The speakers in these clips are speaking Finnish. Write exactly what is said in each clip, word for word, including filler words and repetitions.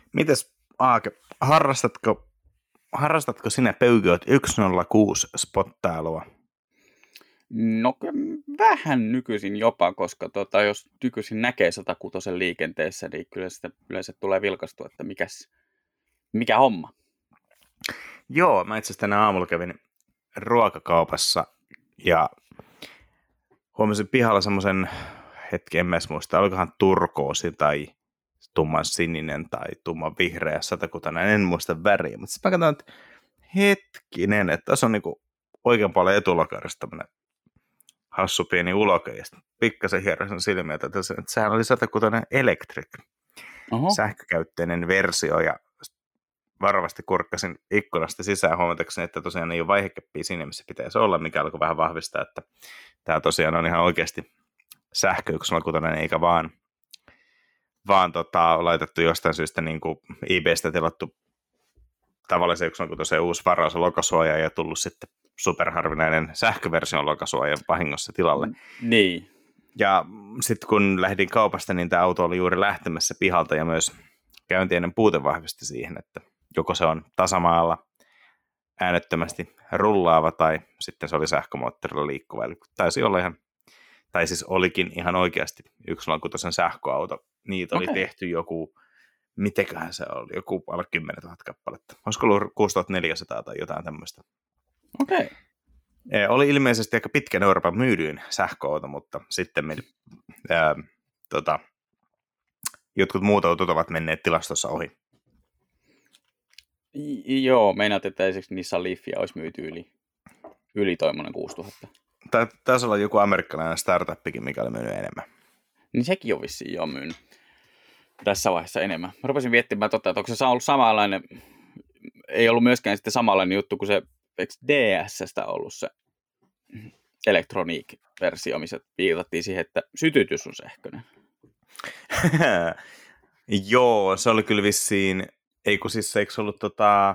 Mites Aake, harrastatko, harrastatko sinä Peugeot yksi nolla kuusi spottailua? No vähän nykyisin jopa, koska tota, jos nykyisin näkee sata kuusi liikenteessä, niin kyllä sitä yleensä tulee vilkastua, että mikäs, mikä homma. Joo, mä itse asiassa tänä aamulla kävin ruokakaupassa ja huomasin pihalla semmoisen hetki, en mä edes muista, olikohan turkoosi tai tumman sininen tai tumman vihreä satakutainen, en muista väriä, mutta sitten mä katsoin, että hetkinen, että tässä on niinku oikein paljon etulokarista tämmöinen hassu pieni uloke, ja sitten pikkasen hierosin silmiä, että, että sehän oli satakutainen Electric, Oho. sähkökäytteinen versio, ja varovasti kurkkasin ikkunasta sisään huomatakseni, että tosiaan ei ole vaihekeppiä siinä, missä pitäisi olla, mikä alkoi vähän vahvistaa, että tämä tosiaan on ihan oikeasti sähkö yksi nolla kuusi, eikä vaan, vaan tota, laitettu jostain syystä niin kuin eBaystä tilattu tavallisen yksi nolla kuusi uusi varaus- ja lokasuoja ja tullut sitten superharvinainen sähköversion lokasuoja vahingossa tilalle. Niin. Ja sitten kun lähdin kaupasta, niin tämä auto oli juuri lähtemässä pihalta ja myös käyntien puute vahvisti siihen, että joko se on tasamaalla äänettömästi rullaava tai sitten se oli sähkömoottorilla liikkuva. Eli taisi olla ihan, tai siis olikin ihan oikeasti yksi nolla kuusi sähköauto. Niitä oli okay. tehty joku, mitenköhän se oli, joku alle kymmenen tuhatta kappaletta. Olisiko ollut kuusituhattaneljäsataa tai jotain tämmöistä. Okei. Okay. Oli ilmeisesti aika pitkän Euroopan myydyin sähköauto, mutta sitten me, ää, tota, jotkut muut autot ovat menneet tilastossa ohi. I- joo, meinaat, että esimerkiksi Nissan Leafia olisi myyty yli, yli toimoinen kuusituhatta. Taisi olla joku amerikkalainen startuppikin, mikä oli myynyt enemmän. Niin sekin on vissiin jo myynyt tässä vaiheessa enemmän. Mä rupesin miettimään, totta, että onko se ollut samanlainen, ei ollut myöskään sitten samanlainen juttu kuin se D S:stä ollut se Electronic-versio, missä viitattiin siihen, että sytytys on sähköinen. Joo, se oli kyllä vissiin, ei kun siis eikö ollut tota,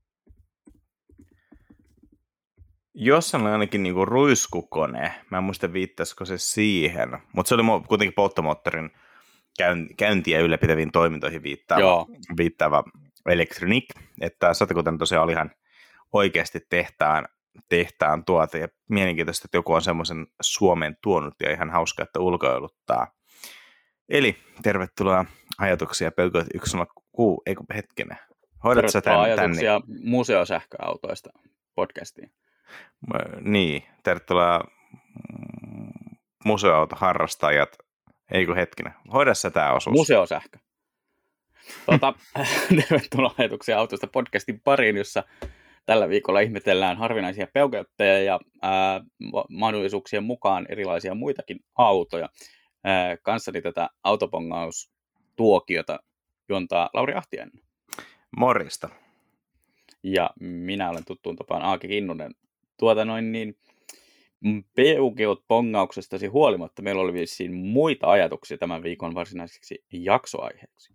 jossain oli ainakin niinku ruiskukone, mä en muista viittasiko se siihen, mutta se oli kuitenkin polttomoottorin käyntiä ylläpitäviin toimintoihin viittaava, viittaava Electronic, että satakuten tosiaan oli ihan oikeasti tehtaan, tehtaan tuote, ja mielenkiintoista, että joku on semmoisen Suomeen tuonut, ja ihan hauska, että ulkoiluttaa. Eli tervetuloa ajatuksia Peugeot yksi nolla kuusi, eikö hetkinen, hoidat sä tänne? Ajatuksia museosähköautoista podcastiin. Niin, tervetuloa museoautoharrastajat, eikö hetkinen, hoida sä tää osuus. Museosähkö. Tuota, tervetuloa ajatuksia autoista podcastin pariin, jossa tällä viikolla ihmetellään harvinaisia Peugeotteja ja ää, mahdollisuuksien mukaan erilaisia muitakin autoja. Ää, kanssani tätä autopongaustuokiota juontaa Lauri Ahtiainen. Morjesta. Ja minä olen tuttuun tapaan Aake Kinnunen. Tuota noin niin, Peugeot-pongauksestasi huolimatta meillä oli vissiin muita ajatuksia tämän viikon varsinaiseksi jaksoaiheeksi.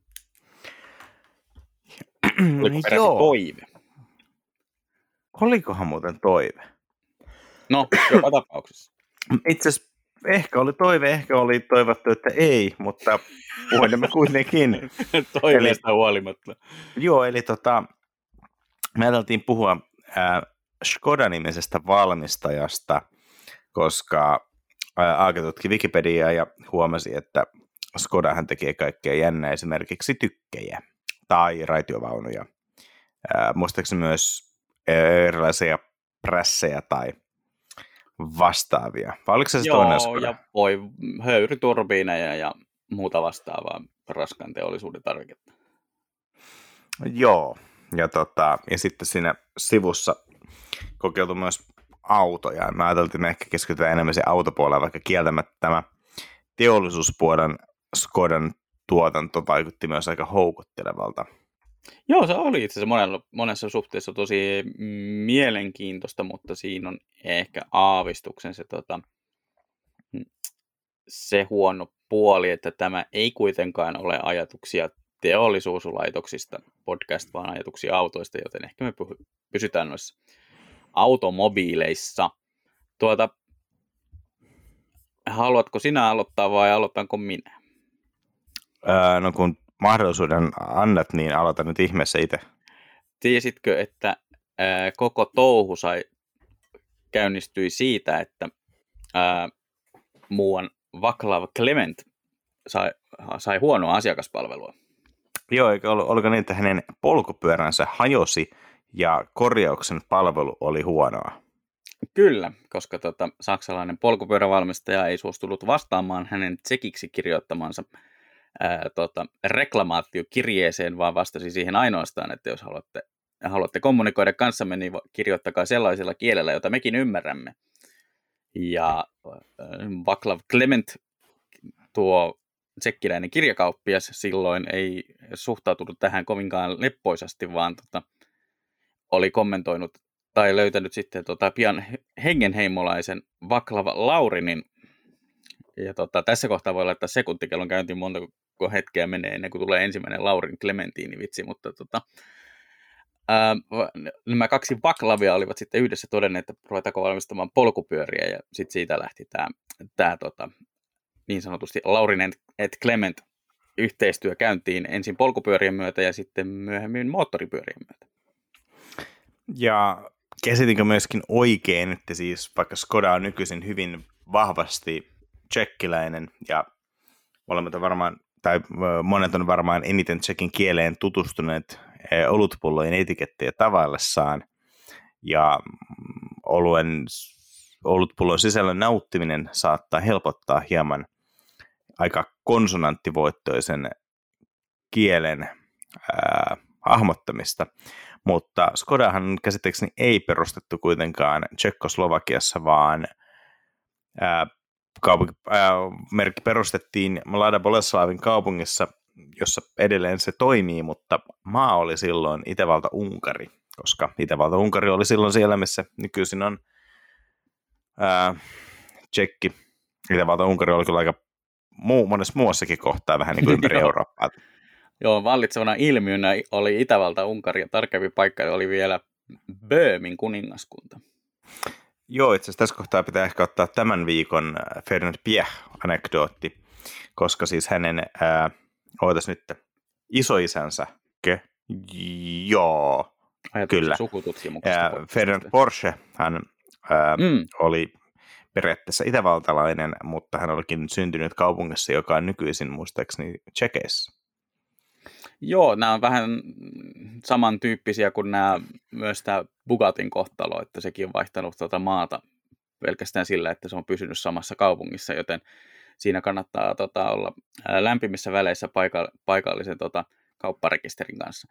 Oliko peräti toive? Olikohan muuten toive? No, joka tapauksessa. Itse asiassa ehkä oli toive, ehkä oli toivottu, että ei, mutta puhuimme kuitenkin. Toiveesta huolimatta. Joo, eli tota, me ajateltiin puhua äh, Škoda-nimisestä valmistajasta, koska äh, Aake tutki Wikipediaa ja huomasi, että Škodahan tekee kaikkea jännää, esimerkiksi tykkejä tai raitiovaunuja. Äh, muistaakseni myös äh, erilaisia prässejä tai vastaavia. Vai oliko se se toinen Škoda? Ja voi höyryturbiineja ja muuta vastaavaa raskaan teollisuuden tarviketta. Joo, ja, tota, ja sitten siinä sivussa kokeiltu myös autoja. Mä ajattelin, että me ehkä keskitytään enemmän siihen autopuolella, vaikka kieltämättä tämä teollisuuspuolen Škodan tuotanto vaikutti myös aika houkuttelevalta. Joo, se oli itse asiassa monella, monessa suhteessa tosi mielenkiintoista, mutta siinä on ehkä aavistuksen se, tota, se huono puoli, että tämä ei kuitenkaan ole ajatuksia teollisuuslaitoksista podcast, vaan ajatuksia autoista, joten ehkä me pysytään noissa automobiileissa. Tuota, haluatko sinä aloittaa vai aloitanko minä? Öö, no kun mahdollisuuden annat, niin aloita nyt ihmeessä itse. Tiesitkö, että ää, koko touhu sai, käynnistyi siitä, että ää, muuan Vaclav Klement sai, sai huonoa asiakaspalvelua? Joo, eikä ollut, oliko niin, että hänen polkupyöränsä hajosi ja korjauksen palvelu oli huonoa? Kyllä, koska tota, saksalainen polkupyörävalmistaja ei suostunut vastaamaan hänen tsekiksi kirjoittamansa ää, tota, reklamaatiokirjeeseen, vaan vastasi siihen ainoastaan, että jos haluatte, haluatte kommunikoida kanssamme, niin kirjoittakaa sellaisella kielellä, jota mekin ymmärrämme. Ja äh, Vaclav Klement, tuo tsekkiläinen kirjakauppias, silloin ei suhtautunut tähän kovinkaan leppoisasti, vaan tota, oli kommentoinut tai löytänyt sitten tota, pian hengenheimolaisen Vaclav Laurinin. Ja tota, tässä kohtaa voi laittaa sekuntikellon käyntiin, montako hetkeä menee ennen kuin tulee ensimmäinen Laurin Clementini vitsi, mutta tota, ää, nämä kaksi Vaclavia olivat sitten yhdessä todenneet, että ruvetaanko valmistamaan polkupyöriä, ja sitten siitä lähti tämä, tämä tota, niin sanotusti Laurinen et Clement yhteistyö käyntiin ensin polkupyörien myötä ja sitten myöhemmin moottoripyörien myötä. Ja käsitinkö myöskin oikein, että siis vaikka Skoda on nykyisin hyvin vahvasti tsekkiläinen ja olemme varmaan, tai monet on varmaan eniten tsekin kieleen tutustuneet olutpullojen etikettejä tavaillessaan ja oluen, olutpullon sisällön nauttiminen saattaa helpottaa hieman aika konsonanttivoittoisen kielen ää, hahmottamista. Mutta Skodahan käsittääkseni ei perustettu kuitenkaan Tsekkoslovakiassa, vaan ää, kaupunki, ää, merkki perustettiin Mlada Boleslavin kaupungissa, jossa edelleen se toimii, mutta maa oli silloin Itävalta-Unkari, koska Itävalta-Unkari oli silloin siellä, missä nykyisin on ää, Tsekki. Itävalta-Unkari oli kyllä aika muu, monessa muussakin kohtaa vähän niin kuin ympäri Eurooppaa. Joo, vallitsevana ilmiönä oli Itävalta-Unkari ja tarkempi paikka oli vielä Böömin kuningaskunta. Joo, itse asiassa tässä kohtaa pitää ehkä ottaa tämän viikon Ferdinand Piech-anekdootti, koska siis hänen, ää, ootas nyt, isoisänsä, ke? Joo, Ajatuksen kyllä. Sukututkimuksesta. Ferdinand Porsche, hän ää, mm. oli periaatteessa itävaltalainen, mutta hän olikin syntynyt kaupungissa, joka on nykyisin muistaakseni Tsekeissä. Joo, nämä on vähän samantyyppisiä kuin nämä, myös tämä Bugattin kohtalo, että sekin on vaihtanut tuota maata pelkästään sillä, että se on pysynyt samassa kaupungissa, joten siinä kannattaa tota, olla lämpimissä väleissä paika- paikallisen tota, kaupparekisterin kanssa.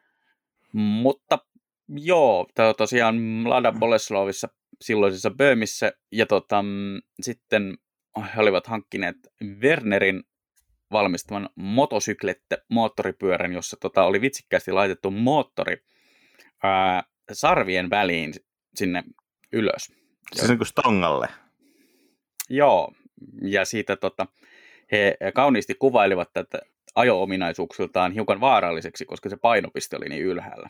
Mutta joo, tosiaan Mlada Boleslavissa, silloisessa Böömissä, ja tota, sitten he olivat hankkineet Wernerin valmistaman motosyklette moottoripyörän, jossa tota, oli vitsikkäästi laitettu moottori ää, sarvien väliin sinne ylös. Siis niin kuin stongalle. Joo, ja siitä tota, he kauniisti kuvailivat tätä ajo-ominaisuuksiltaan hiukan vaaralliseksi, koska se painopiste oli niin ylhäällä.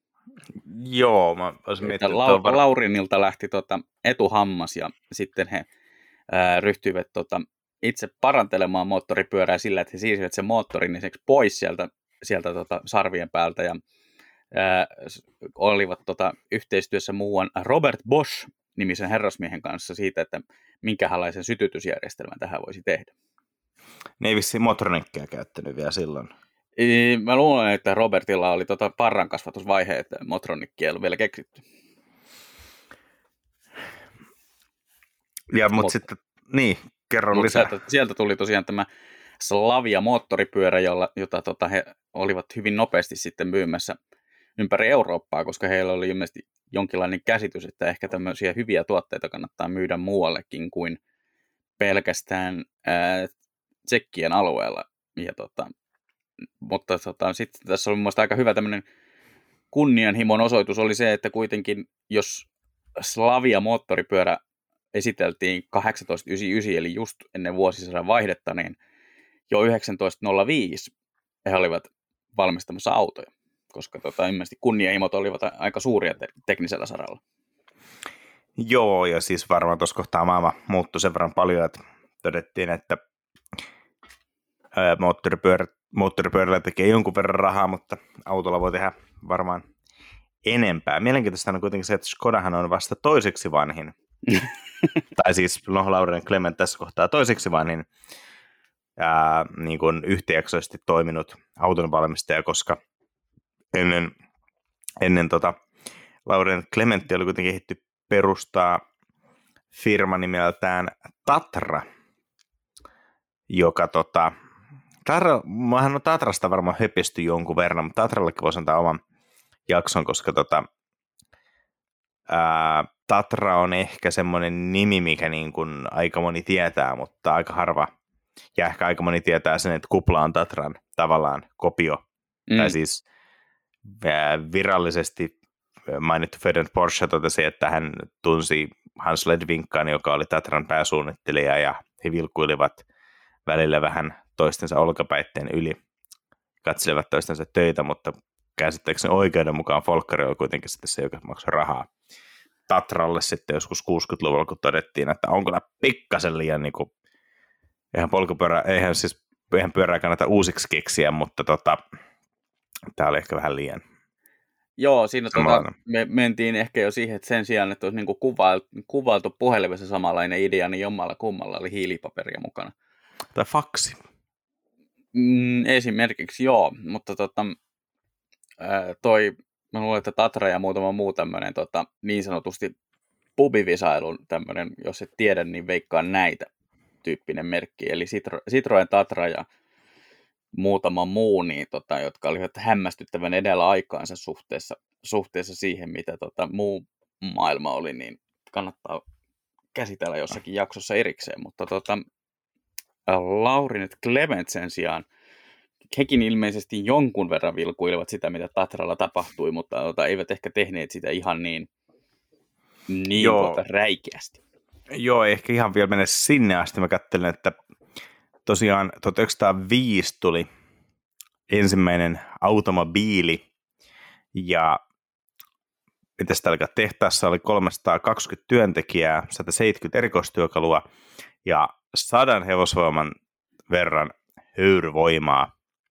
Joo, mä olisin miettinyt. La- var... Laurinilta lähti tota, etuhammas ja sitten he ää, ryhtyivät tota, itse parantelemaan moottoripyörää sillä, että he siirsivät sen moottorin niin pois sieltä, sieltä tota, sarvien päältä ja ää, olivat tota, yhteistyössä muuan Robert Bosch nimisen herrasmiehen kanssa siitä, että minkälaisen sytytysjärjestelmän tähän voisi tehdä. Ne ei vissiin moottorinikkeä käyttänyt vielä silloin. Mä luulen, että Robertilla oli tota parrankasvatusvaihe, että motronikki ei ollut vielä keksitty. Ja, mutta Mut, sitten, niin, kerron mut lisää. Sieltä, sieltä tuli tosiaan tämä Slavia moottoripyörä, jolla, jota tota, he olivat hyvin nopeasti sitten myymässä ympäri Eurooppaa, koska heillä oli ilmeisesti jonkinlainen käsitys, että ehkä tämmöisiä hyviä tuotteita kannattaa myydä muuallekin kuin pelkästään ää, Tsekkien alueella. Ja tota, mutta tota, sitten tässä oli mun mielestä aika hyvä tämmöinen kunnianhimon osoitus oli se, että kuitenkin jos Slavia moottoripyörä esiteltiin tuhatyhdeksänsataayhdeksänkymmentäyhdeksän eli just ennen vuosisadan vaihdetta, niin jo yhdeksäntoista nolla viisi he olivat valmistamassa autoja, koska tota, ilmeisesti kunnianhimot olivat aika suuria te- teknisellä saralla. Joo, ja siis varmaan tuossa kohtaa maailma muuttui sen verran paljon, että todettiin, että ää, moottoripyörät moottoripyörällä tekee jonkun verran rahaa, mutta autolla voi tehdä varmaan enempää. Mielenkiintoista on kuitenkin se, että Škodahan on vasta toiseksi vanhin. Tai siis no, Laurent Clement tässä kohtaa toiseksi vanhin ää, niin kuin yhtäjaksoisesti toiminut autonvalmistaja, koska ennen, ennen tota, Laurent Clementti oli kuitenkin ehditty perustaa firma nimeltään Tatra, joka tota, Tatra, mähän on Tatrasta varmaan höpisty jonkun verran, mutta Tatrallekin voisi antaa oman jakson, koska tota, ää, Tatra on ehkä semmoinen nimi, mikä niin kuin aika moni tietää, mutta aika harva, ja ehkä aika moni tietää sen, että Kupla on Tatran tavallaan kopio, mm. tai siis ää, virallisesti mainittu Ferdinand Porsche totesi, että hän tunsi Hans Ledvinkan, joka oli Tatran pääsuunnittelija, ja he vilkuilivat välillä vähän toistensa olkapäitteen yli, katselevat toistensa töitä, mutta käsittääkseni oikeuden mukaan Folkkari oli kuitenkin sitten se, joka maksoi rahaa Tatralle sitten joskus kuusikymmentäluvulla, kun todettiin, että onko nämä pikkasen liian, niin kuin, eihän polkupyörä, eihän siis eihän pyörää kannata uusiksi keksiä, mutta tota, tämä oli ehkä vähän liian. Joo, siinä tota, me mentiin ehkä jo siihen, että sen sijaan, että olisi niin kuin kuvailtu, kuvailtu puhelimessa samanlainen idea, niin jommalla kummalla oli hiilipaperia mukana. Tai faksi. Mm, esimerkiksi joo, mutta tota, ää, toi, mä luulen, että Tatra ja muutama muu tämmöinen tota, niin sanotusti pubivisailun tämmöinen, jos et tiedä, niin veikkaan näitä tyyppinen merkki. Eli Citro, Citroen, Tatra ja muutama muu, niin, tota, jotka olivat hämmästyttävän edellä aikaansa suhteessa, suhteessa siihen, mitä tota, muu maailma oli, niin kannattaa käsitellä jossakin jaksossa erikseen. Mutta tota, Laurent Clement sen sijaan, hekin ilmeisesti jonkun verran vilkuilivat sitä, mitä Tatralla tapahtui, mutta tota, eivät ehkä tehneet sitä ihan niin, niin tota, räikeästi. Joo, ehkä ihan vielä mennä sinne asti. Mä katselin, että tosiaan tuhatyhdeksänsataaviisi tuli ensimmäinen automobiili, ja mitäs täällä tehtaassa oli kolmesataakaksikymmentä työntekijää, sata seitsemänkymmentä erikoistyökalua ja sadan hevosvoiman verran höyryvoimaa.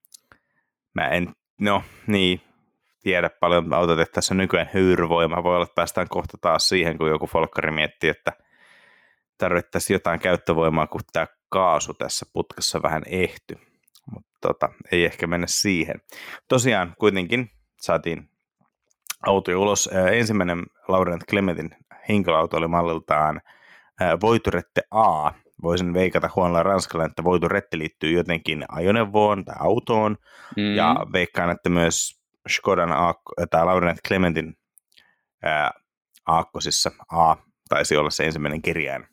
Mä en, no niin, tiedä paljon autotehtaassa nykyään höyryvoimaa. Voi olla, että päästään kohta taas siihen, kun joku folkkari miettii, että tarvittaisiin jotain käyttövoimaa, kun tämä kaasu tässä putkassa vähän ehty. Mutta tota, ei ehkä mennä siihen. Tosiaan kuitenkin saatiin auto ulos. Ensimmäinen Laurent Clementin henkilöauto oli malliltaan Voiturette A. Voisin veikata huonolla ranskalla, että Voiturette liittyy jotenkin ajoneuvoon tai autoon. Mm. Ja veikkaan, että myös Škodan A, tai Laurent Clementin ää, aakkosissa A taisi olla se ensimmäinen kirjain.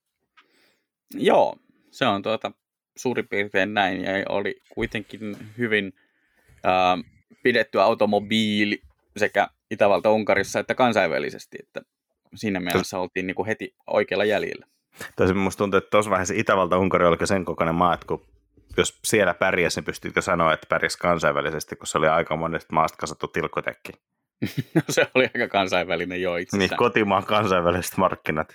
Joo, se on tuota suurin piirtein näin, ja oli kuitenkin hyvin ää, pidetty automobiili sekä Itävalta-Unkarissa että kansainvälisesti, että siinä mielessä Tos... oltiin niin kuin heti oikealla jäljellä. Tosi minusta tuntuu, että tuossa vaiheessa Itävalta-Unkari oli sen kokoinen maa, että kun, jos siellä pärjäsi, niin pystytkö sanoa, että pärjäsi kansainvälisesti, kun se oli aika monesta maasta kasattu tilkkotekki. No se oli aika kansainvälinen jo itse. Niin, kotimaan kansainväliset markkinat.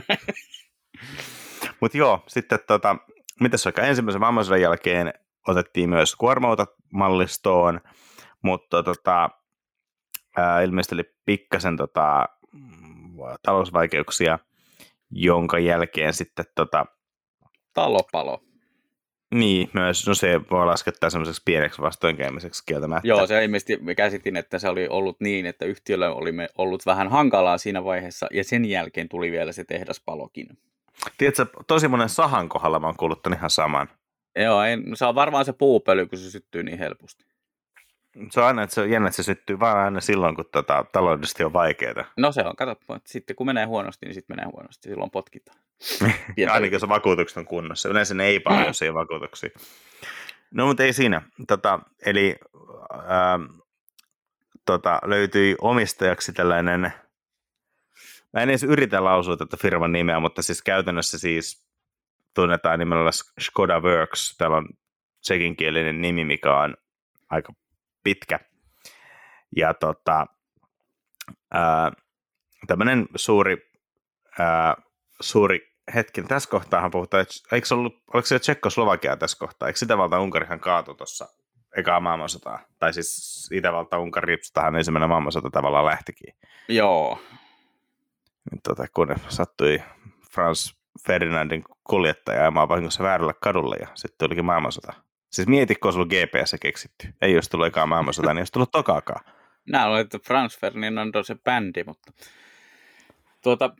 Mutta joo, sitten tota, mitäs vaikka ensimmäisen maailmansodan jälkeen otettiin myös kuorma-automallistoon, mutta tota, ää, ilmeisesti oli pikkasen tota, talousvaikeuksia, jonka jälkeen sitten tota, talopalo. Niin, myös, no se voi laskettaa semmoiseksi pieneksi vastoinkäymiseksi kieltämättä. Joo, se ilmeisesti käsitin, että se oli ollut niin, että yhtiöllä oli ollut vähän hankalaa siinä vaiheessa, ja sen jälkeen tuli vielä se tehdaspalokin. Tiedätkö, tosi monen sahan kohdalla mä oon kuullut ton ihan saman. Joo, en, se on varmaan se puupöly, kun se syttyy niin helposti. Se on aina, että se on jännä, että se syttyy vaan aina silloin, kun tota, taloudellisesti on vaikeaa. No se on, kato, sitten kun menee huonosti, niin sitten menee huonosti, silloin potkitaan. Ainakin jos vakuutukset on kunnossa. Yleensä ne ei paljon, jos ei ole vakuutuksia. No, mutta ei siinä. Tota, eli ää, tota, löytyi omistajaksi tällainen, mä en edes yritä lausua tätä firman nimeä, mutta siis käytännössä siis tunnetaan nimellä Škoda Works. Täällä on tsekinkielinen nimi, mikä on aika pitkä. Ja tota, ää, tämmöinen suuri, ää, suuri hetki. Tässä kohtaahan puhutaan, eikö se ollut, oliko se Tšekkoslovakia tässä kohtaa? Eikö Itävalta-Unkarihan kaatui tuossa ekaa maailmansotaa. Tai siis Itävalta-Unkari-sotahan ensimmäinen maailmansota tavallaan lähtikin. Joo. Tota, kun ne sattui Frans Ferdinandin kuljettaja ajamaan vahingossa väärällä kadulla ja sitten tulikin maailmansota. Siis mieti, kun olisi ollut G P S keksitty. Ei olisi tullut ekaa maailmansota, niin olisi tullut tokaakaan. Nämä oli, että Frans Ferdinand on se bändi, mutta tuota,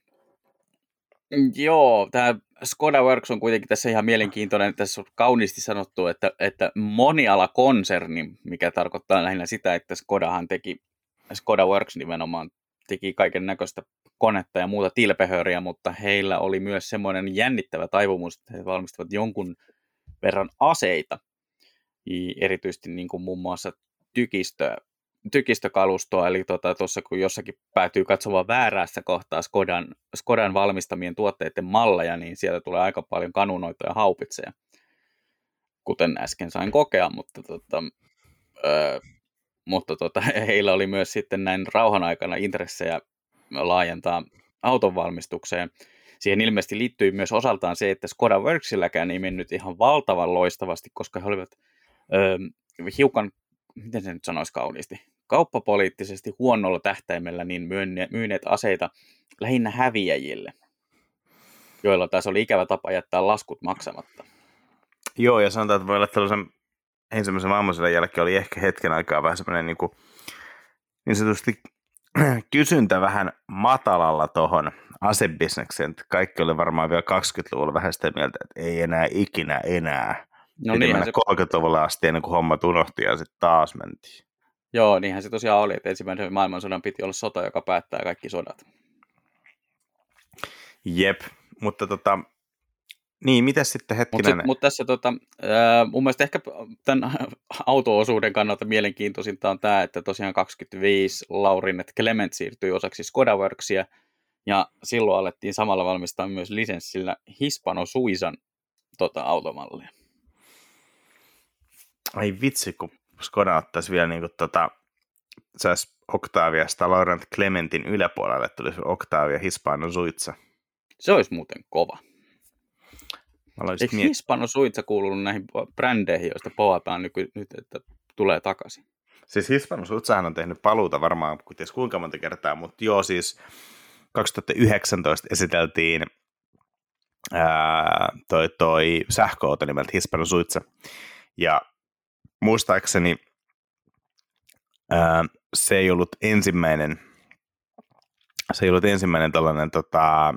joo, tämä Skoda Works on kuitenkin tässä ihan mielenkiintoinen. Tässä on kauniisti sanottu, että, että monialakonserni, mikä tarkoittaa lähinnä sitä, että Skodahan teki, Skoda Works nimenomaan teki kaiken näköistä konetta ja muuta tilpehöriä, mutta heillä oli myös semmoinen jännittävä taipumus, että he valmistavat jonkun verran aseita, erityisesti niin kuin muun muassa tykistöä. tykistökalustoa, eli tuossa tota, kun jossakin päätyy katsomaan väärässä kohtaa Skodan, Skodan valmistamien tuotteiden malleja, niin sieltä tulee aika paljon kanunoita ja haupitseja, kuten äsken sain kokea, mutta, tota, ö, mutta tota, heillä oli myös sitten näin rauhan aikana intressejä laajentaa auton valmistukseen. Siihen ilmeisesti liittyy myös osaltaan se, että Skoda Worksilläkään ei mennyt ihan valtavan loistavasti, koska he olivat ö, hiukan, miten se nyt sanoisi kauniisti, kauppapoliittisesti huonolla tähtäimellä niin myyneet aseita lähinnä häviäjille, joilla taas oli ikävä tapa jättää laskut maksamatta. Joo, ja sanotaan, että voi olla tällaisen ensimmäisen maailmansodan jälkeen oli ehkä hetken aikaa vähän semmoinen niin, kuin, niin sanotusti kysyntä vähän matalalla tuohon asebisnekseen. Kaikki oli varmaan vielä kaksikymmentäluvulla vähän sitä mieltä, että ei enää ikinä enää. No niin, mennä se kolmekymmentäluvulla asti ennen kuin hommat unohti ja sitten taas mentiin. Joo, niinhän se tosiaan oli, että ensimmäisen maailmansodan piti olla sota, joka päättää kaikki sodat. Jep, mutta tota, niin, mitäs sitten hetkinen? Mutta mut tässä tota, äh, mun mielestä ehkä tämän auto-osuuden kannalta mielenkiintoisinta on tämä, että tosiaan kaksikymmentäviisi Laurinet Clement siirtyi osaksi Skoda Worksia, ja silloin alettiin samalla valmistaa myös lisenssillä Hispano Suizan tota, automallia. Ai vitsi, kun Skoda ottaisi vielä niin tota, saisi Octaviasta Laurent Clementin yläpuolelle, tulisi Octavia Hispano Suiza. Se olisi muuten kova. Eikö miet... Hispano Suiza kuulunut näihin brändeihin, joista povataan nyt, nyt, että tulee takaisin? Siis Hispano Suizahan on tehnyt paluuta varmaan kuinka monta kertaa, mutta joo, siis kaksituhattayhdeksäntoista esiteltiin ää, toi, toi sähköauto nimeltä Hispano Suiza, ja muistaakseni ää, se ei ollut ensimmäinen, se ei ollut ensimmäinen tällainen tota,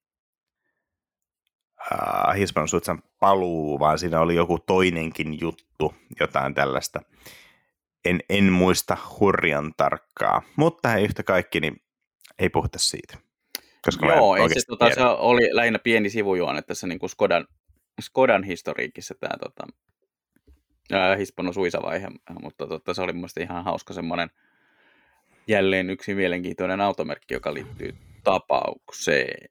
ää, Hispano Suizan paluu, vaan siinä oli joku toinenkin juttu, jotain tällaista. En, en muista hurjan tarkkaa, mutta hei, yhtä kaikki, niin ei puhuta siitä. Koska joo, ei se, tota, se oli lähinnä pieni sivujuone tässä niin kuin Skodan, Skodan historiikissa tämä tota, Hispano Suiza-vaihe, mutta tota, se oli mielestäni ihan hauska semmoinen jälleen yksi mielenkiintoinen automerkki, joka liittyy tapaukseen.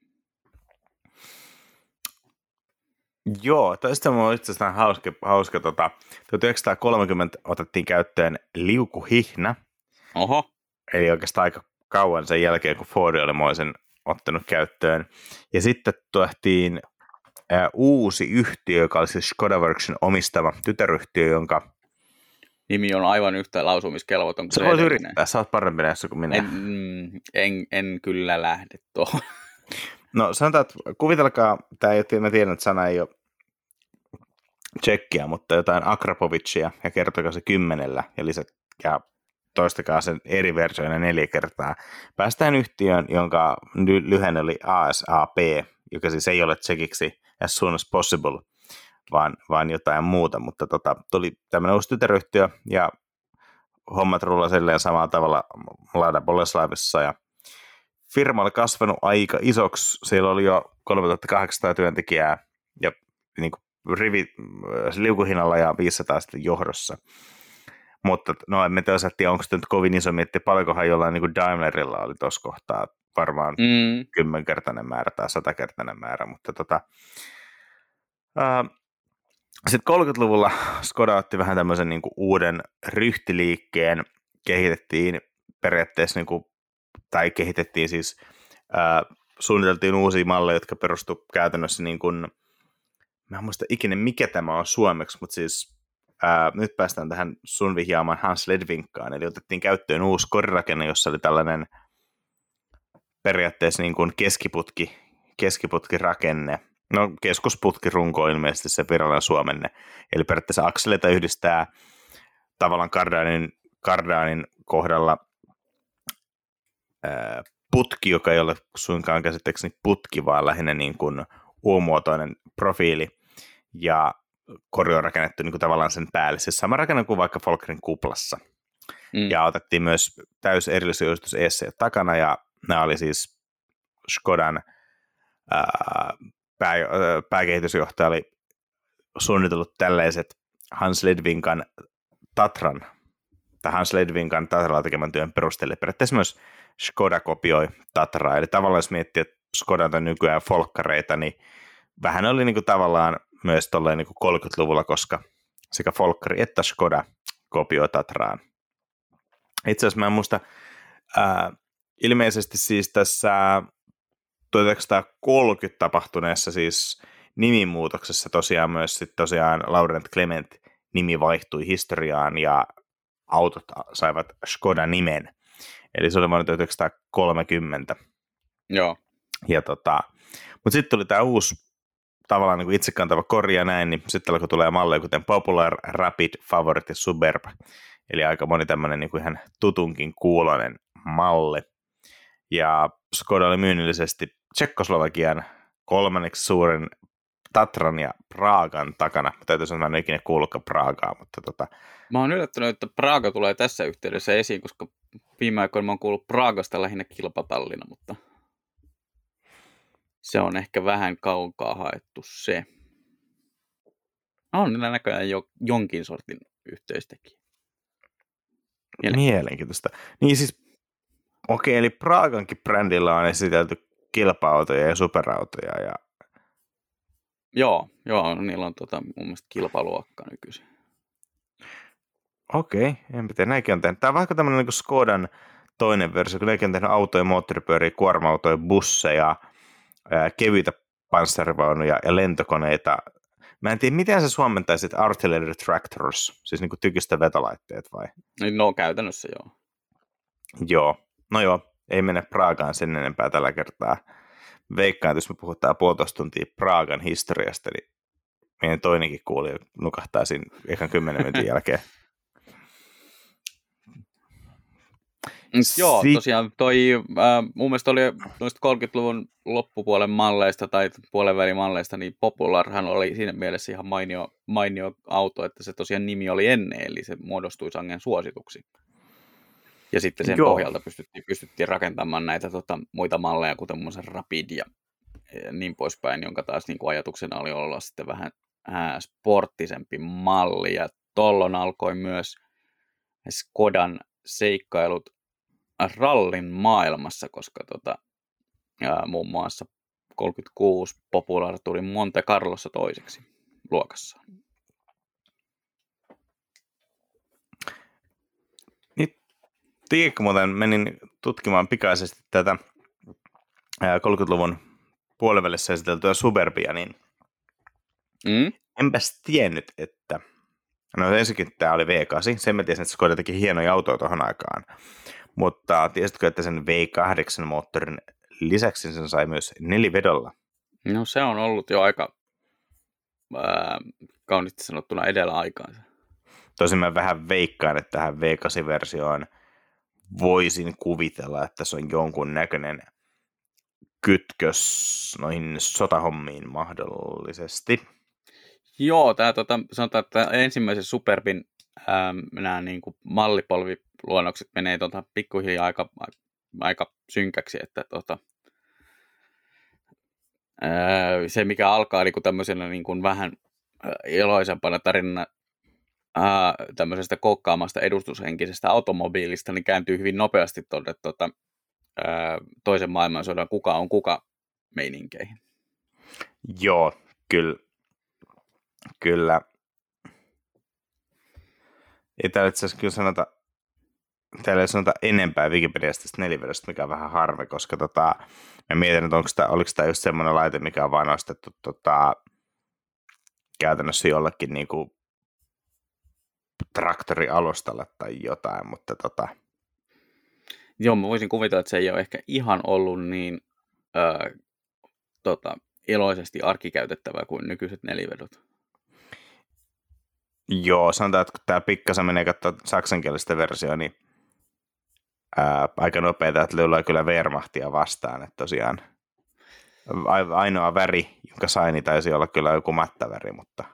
Joo, tästä on itse asiassa hauska, hauska tota, tuhatyhdeksänsataakolmekymmentä otettiin käyttöön liukuhihna. Oho. Eli oikeastaan aika kauan sen jälkeen, kun Ford oli moisen ottanut käyttöön. Ja sitten tuohtiin ää, uusi yhtiö, joka oli siis Skoda Worksin omistama tytäryhtiö, jonka nimi on aivan yhtä lausumiskelvoton kuin se voisi yrittää, sä oot parempi näissä kuin minä. En, en, en kyllä lähde tuohon. No sanotaan, että kuvitelkaa, tämä ei ole, mä tiedän, että sana ei ole tsekkiä, mutta jotain Akrapovicia ja kertokaa se kymmenellä ja lisätkää, toistakaa sen eri versioina neljä kertaa. Päästään yhtiöön, jonka lyhenne oli A S A P, joka siis ei ole tsekiksi as soon as possible, vaan, vaan jotain muuta, mutta tota, tuli tämmöinen uusi tytäryhtiö ja hommat rullasi silleen samalla tavalla Lada Boleslavissa ja firma oli kasvanut aika isoksi, siellä oli jo kolmetuhattakahdeksansataa työntekijää ja niin kuin rivi liukuhinnalla ja viisisataa sitten johdossa. Mutta no emme tiedä, onko se nyt kovin iso miettiä, paljonkohan jollain niin kuin Daimlerilla oli tuossa kohtaa varmaan mm. kymmenkertainen määrä tai satakertainen määrä, mutta tota, ää, sitten kolmekymmentäluvulla Skoda otti vähän tämmöisen niin kuin uuden ryhtiliikkeen, kehitettiin periaatteessa niin kuin tai kehitettiin siis, ää, suunniteltiin uusia malleja, jotka perustuivat käytännössä niin kuin, mä en muista ikinä mikä tämä on suomeksi, mutta siis ää, nyt päästään tähän sun vihjaamaan Hans Ledvinkkaan, eli otettiin käyttöön uusi korirakenne, jossa oli tällainen periaatteessa niin kuin keskiputki, keskiputkirakenne. No keskusputkirunko on ilmeisesti se virallinen suomenne, eli periaatteessa akseleita yhdistää tavallaan Kardanin, Kardanin kohdalla ää, putki, joka ei ole suinkaan käsitteeksi putki, vaan lähinnä niin kuin U-muotoinen profiili, ja kori on rakennettu niin kuin tavallaan sen päälle. Siis sama rakenne kuin vaikka Folkerin kuplassa. Mm. Ja otettiin myös täys erillisjousitus eessä ja takana, ja nämä oli siis Škodan ää, pää, ää, pääkehitysjohtaja oli suunnitellut tällaiset Hans Ledvinkan Tatran, tai Hans Ledvinkan Tatralla tekemän työn perusteella. Periaatteessa myös Škoda kopioi Tatraa, eli tavallaan jos miettii, että Škoda on nykyään folkkareita, niin vähän oli niin kuin tavallaan myös tolleen niin kuin kolmekymmentäluvulla, koska sekä folkkari että Škoda kopioi Tatraan. Itse asiassa mä en muista, ää, ilmeisesti siis tässä tuhatyhdeksänsataakolmekymmentä tapahtuneessa siis nimimuutoksessa tosiaan myös sit tosiaan Laurent Clement nimi vaihtui historiaan ja autot saivat Škoda-nimen. Eli se oli vuonna tuhatyhdeksänsataakolmekymmentä. Joo. Ja tota, mutta sitten tuli tämä uusi tavallaan niin kuin itsekantava kori ja näin, niin sitten alkoi tulee malleja kuten Popular, Rapid, Favorite ja Superb. Eli aika moni tämmöinen niin kuin ihan tutunkin kuuloinen malli. Ja Škoda oli myynnillisesti Tsekkoslovakian kolmanneksi suurin Tatran ja Pragan takana. Mä täytyy sanoa, että mä en ikinä kuullutkaan Pragaa, mutta tota... Mä oon yllättynyt, että Praga tulee tässä yhteydessä esiin, koska viime aikoina mä oon kuullut Praagasta lähinnä kilpatallina, mutta se on ehkä vähän kaukaa haettu se. On niillä näköjään jo, jonkin sortin yhteistekijä. Mielenkiintoista. Niin siis, okei, eli Pragankin brändillä on esitelty kilpa-autoja ja superautoja. Ja... Joo, joo, niillä on tota, mun mielestä kilpaluokka nykyisin. Okei, enpä tiedä, näinkin on tehnyt. Tämä on vaikka tämmöinen niin kuin Škodan toinen versio, kun näinkin on tehnyt autoja, moottoripyöriä, kuorma-autoja, busseja, ää, kevyitä panssarivaunuja ja lentokoneita. Mä en tiedä, miten sä suomentaisit artillery tractors, siis niin kuin tykistä vetolaitteet vai? No käytännössä joo. Joo, no joo, ei mene Pragaan sen enempää tällä kertaa. Veikkaan, että jos me puhutaan puolitoista tuntia Pragan historiasta, niin meidän toinenkin kuulija nukahtaa siinä ekan kymmenen minuutin jälkeen. Joo, si- tosiaan toi, äh, mun mielestä oli noista kolmekymmentäluvun loppupuolen malleista tai puolen välin malleista, niin Popularhan oli siinä mielessä ihan mainio, mainio auto, että se tosiaan nimi oli ennen, eli se muodostui sangen suosituksi. Ja sitten sen Joo. pohjalta pystyttiin, pystyttiin rakentamaan näitä tota, muita malleja, kuten muun muassa Rapid ja, ja niin poispäin, jonka taas niin kuin ajatuksena oli olla sitten vähän ää, sporttisempi malli. Ja tollon alkoi myös Škodan seikkailut rallin maailmassa, koska tota, ää, muun muassa kolmekymmentäkuusi Popular tuli Monte Carlossa toiseksi luokassaan. Tiedätkö muuten, menin tutkimaan pikaisesti tätä kolmekymmentäluvun puolivälissä esiteltyä Superbia, niin mm? enpäs tiennyt, että no ensinnäkin tämä oli V kahdeksan, sen mä tiesin, että Škoda teki hienoja autoja tuohon aikaan, mutta tiesitkö, että sen V kahdeksan moottorin lisäksi sen sai myös nelivedolla? No se on ollut jo aika ää, kauniisti sanottuna edellä aikaansa. Tosin mä vähän veikkaan, että tähän V kahdeksan-versioon voisin kuvitella, että se on jonkun näköinen kytkös noihin sotahommiin mahdollisesti. Joo, tää, tota, sanotaan, että ensimmäisen Superbin ää, nämä niin kuin mallipolviluonnokset menee tota, pikkuhiljaa aika, aika synkäksi, että tota, ää, se mikä alkaa niin kuin tämmöisenä niin kuin vähän eloisempana tarinana ää, tämmöisestä kokkaamasta edustushenkisestä automobiilista, niin kääntyy hyvin nopeasti tuonne tota, ää, toisen maailmansodan kuka on kuka meininkeihin. Joo, kyllä. Kyllä. Ei täällä itse asiassa kyllä sanota, täällä ei sanota enempää Wikipediasta tästä nelivedosta, mikä on vähän harmi, koska tota, mä mietin, että onko tämä, oliko tämä just semmoinen laite, mikä on vaan nostettu tota, käytännössä jollekin niinku traktorialustalle tai jotain, mutta tota... Joo, mä voisin kuvitella, että se ei ole ehkä ihan ollut niin ää, tota, iloisesti arkikäytettävää kuin nykyiset nelivedot. Joo, sanotaan, että kun tää pikkasen menee katsoa saksankielistä versioa, niin ää, aika nopeita, että löydään kyllä Wehrmachtia vastaan, että tosiaan ainoa väri, jonka sai, niin taisi olla kyllä joku mattaväri, mutta...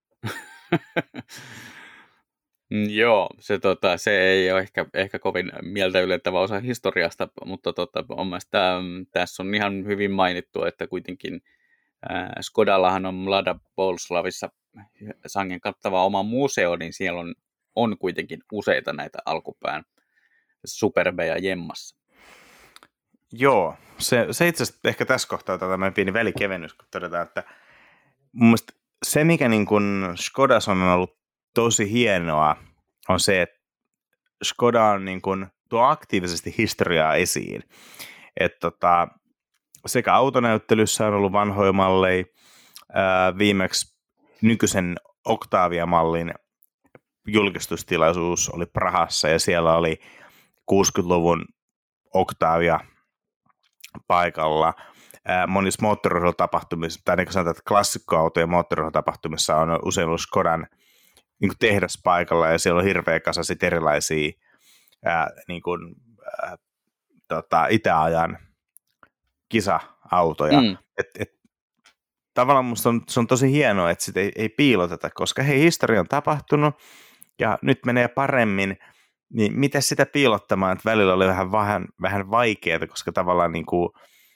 Joo, se, tota, se ei ole ehkä, ehkä kovin mieltä ylentävä osa historiasta, mutta tota, on mielestä, tässä on ihan hyvin mainittu, että kuitenkin ää, Skodallahan on Mlada Boleslavissa sangen kattava oma museo, niin siellä on, on kuitenkin useita näitä alkupään superbeja jemmassa. Joo, se, se itse asiassa ehkä tässä kohtaa tämä pieni välikevennys, kun todetaan, että mun mielestä se, mikä niin kuin Skodas on ollut tosi hienoa, on se, että Skoda on niin kuin, tuo aktiivisesti historiaa esiin. Että tota, sekä autonäyttelyssä on ollut vanhoja malleja, ää, viimeksi nykyisen Octavia-mallin julkistustilaisuus oli Prahassa, ja siellä oli kuusikymmentäluvun Octavia paikalla. Ää, monissa moottoriurheilutapahtumissa, tai niin kuin sanotaan, että klassikkoautojen moottoriurheilutapahtumissa on usein ollut Skodan niin tehdas paikalla, ja siellä on hirveä kasa sit erilaisia ää, niin kuin, ää, tota, itäajan kisa-autoja. Mm. Et, et, tavallaan musta on, se on tosi hienoa, että sitä ei, ei piiloteta, koska hei, historia on tapahtunut, ja nyt menee paremmin, niin miten sitä piilottamaan, että välillä oli vähän, vähän, vähän vaikeaa, koska tavallaan niin kuin,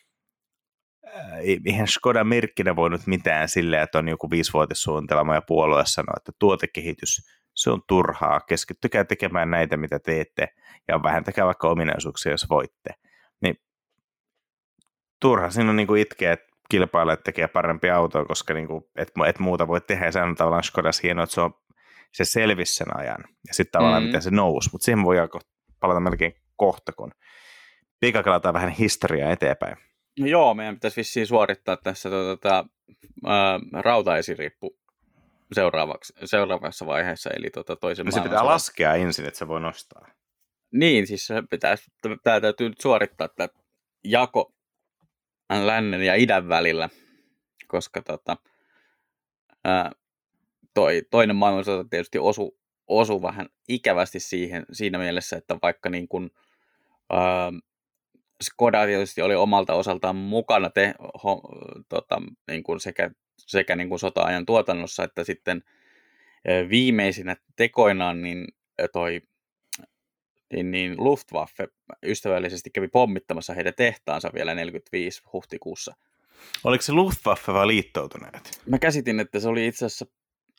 eihän Skoda merkkinä voinut mitään silleen, että on joku viisivuotissuunnitelma ja puolue sanoo, että tuotekehitys, se on turhaa, keskittykää tekemään näitä, mitä teette, ja vähentäkää vaikka ominaisuuksia, jos voitte. Niin turha siinä on niin kuin itkeä, että kilpailijat tekee parempia autoja, koska niin kuin, et, et muuta voi tehdä, ja se on tavallaan Skodas hienoa, että se, on, se selvisi sen ajan, ja sitten tavallaan mm. miten se nousi, mutta siihen voi palata melkein kohta, kun pikakelataan vähän historiaa eteenpäin. No joo, meidän pitäisi vissiin suorittaa tässä tuota, ää, rautaesirippu seuraavaksi, seuraavassa vaiheessa, eli tuota, toisen no se pitää laskea ensin, että se voi nostaa. Niin, siis se pitäisi, tämä täytyy nyt suorittaa tämä jako lännen ja idän välillä, koska tota, ää, toi, toinen maailmansota tietysti osui osu vähän ikävästi siihen, siinä mielessä, että vaikka niin kuin, ää, Skoda tietysti oli omalta osaltaan mukana te, ho, tota, niin kuin sekä, sekä niin kuin sota-ajan tuotannossa, että sitten viimeisinä tekoinaan niin toi niin, niin Luftwaffe ystävällisesti kävi pommittamassa heidän tehtaansa vielä neljäkymmentäviisi huhtikuussa. Oliko se Luftwaffe vai liittoutuneet? Mä käsitin, että se oli itse asiassa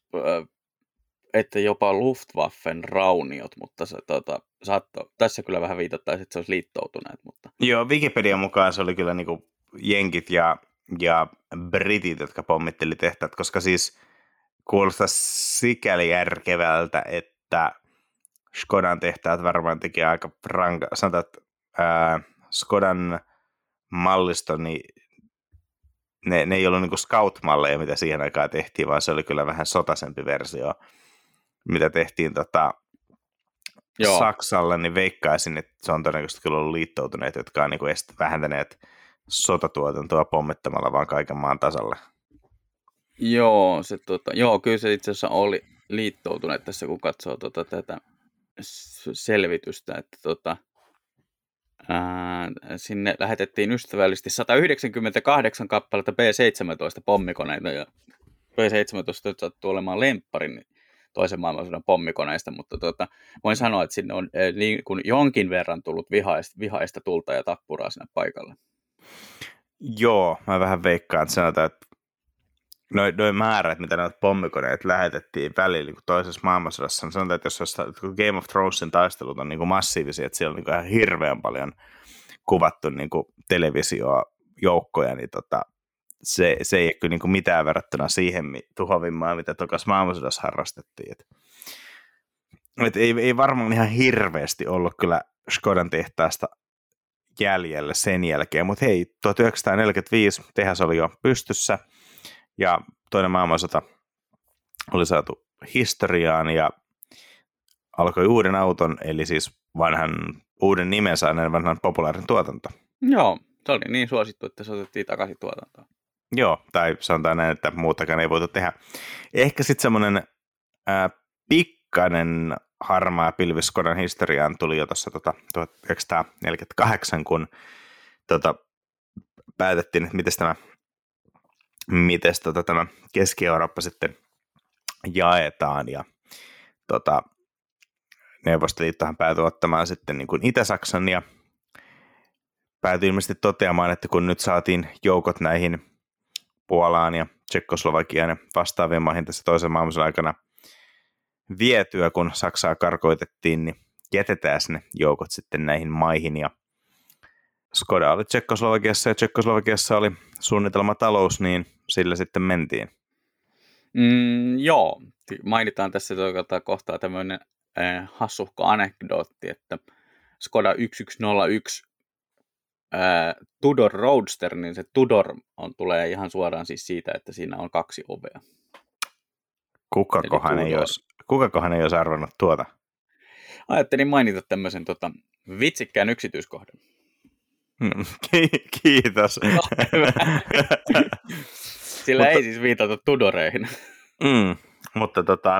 että jopa Luftwaffen rauniot, mutta se, tota, saatto, tässä kyllä vähän viitattaisiin, että se olisi liittoutuneet. Mutta... Joo, Wikipedian mukaan se oli kyllä niin kuin jenkit ja, ja britit, jotka pommitteli tehtaat, koska siis kuulostaa sikäli järkevältä, että Skodan tehtaat varmaan teki aika ranka, sanotaan, että ää, Skodan mallisto, niin ne, ne ei ollut niin kuin scout-malleja, mitä siihen aikaan tehtiin, vaan se oli kyllä vähän sotasempi versio, mitä tehtiin tota, Saksalle, niin veikkaisin, että se on todennäköisesti kyllä ollut liittoutuneet, jotka on niin kuin vähentäneet sotatuotantoa pommittamalla vaan kaiken maan tasalle. Joo, se, tota, joo, kyllä se itse asiassa oli liittoutuneet tässä, kun katsoo tota, tätä selvitystä, että tota, ää, sinne lähetettiin ystävällisesti sata yhdeksänkymmentäkahdeksan kappaletta B seitsemäntoista pommikoneita, ja B seitsemäntoista sattuu olemaan lempparin toisen maailmansodan pommikoneista, mutta tota, voin sanoa, että sinne on eh, niin kuin jonkin verran tullut vihaista, vihaista tulta ja tappuraa sinne paikalle. Joo, mä vähän veikkaan, että sanotaan, että noin noi määrät, mitä noita pommikoneet lähetettiin välillä niin toisessa maailmansodassa, niin sanotaan, että jos Game of Thronesin taistelut on niin kuin massiivisia, että siellä on niin kuin ihan hirveän paljon kuvattu niin kuin televisiojoukkoja, niin tota, se, se ei ole kyllä niin kuin mitään verrattuna siihen tuhovimmaan, mitä tokas maailmansodassa harrastettiin. Et, et ei, ei varmaan ihan hirveästi ollut kyllä Skodan tehtaasta jäljellä sen jälkeen, mutta hei, tuhatyhdeksänsataaneljäkymmentäviisi tehdas oli jo pystyssä, ja toinen maailmansota oli saatu historiaan, ja alkoi uuden auton, eli siis vanhan uuden nimen saaneen vanhan populaarin tuotanto. Joo, se oli niin suosittu, että se otettiin takaisin tuotantoon. Joo, tai sanotaan näin, että muutakaan ei voitu tehdä. Ehkä sitten semmoinen äh, pikkainen harmaa pilvi Skodan historiaan tuli jo tuossa tota, tuhatyhdeksänsataaneljäkymmentäkahdeksan, kun tota, päätettiin, että miten tämä, mites, tota, tämä Keski-Eurooppa sitten jaetaan, ja tota, Neuvostoliittohan päätyi ottamaan sitten niin kuin Itä-Saksan, ja päätyi ilmeisesti toteamaan, että kun nyt saatiin joukot näihin Puolaan ja Tsekkoslovakiaan ja vastaavien maihin tässä toisen maailmansodan aikana vietyä, kun Saksaa karkoitettiin, niin jätetään ne joukot sitten näihin maihin, ja Skoda oli Tsekkoslovakiassa ja Tsekkoslovakiassa oli suunnitelma talous, niin sillä sitten mentiin. Mm, joo, mainitaan tässä kohtaa tämmöinen äh, hassuhko anekdootti, että Skoda yksi yksi nolla yksi äh, Tudor Roadster, niin se Tudor on, tulee ihan suoraan siis siitä, että siinä on kaksi ovea. Kukakohan ei, olisi, kukakohan ei olisi arvannut tuota? Ajattelin mainita tämmöisen tota, vitsikkään yksityiskohdan. Hmm, kiitos. No, Sillä mutta, ei siis viitata Tudoreihin. Mm, mutta tota,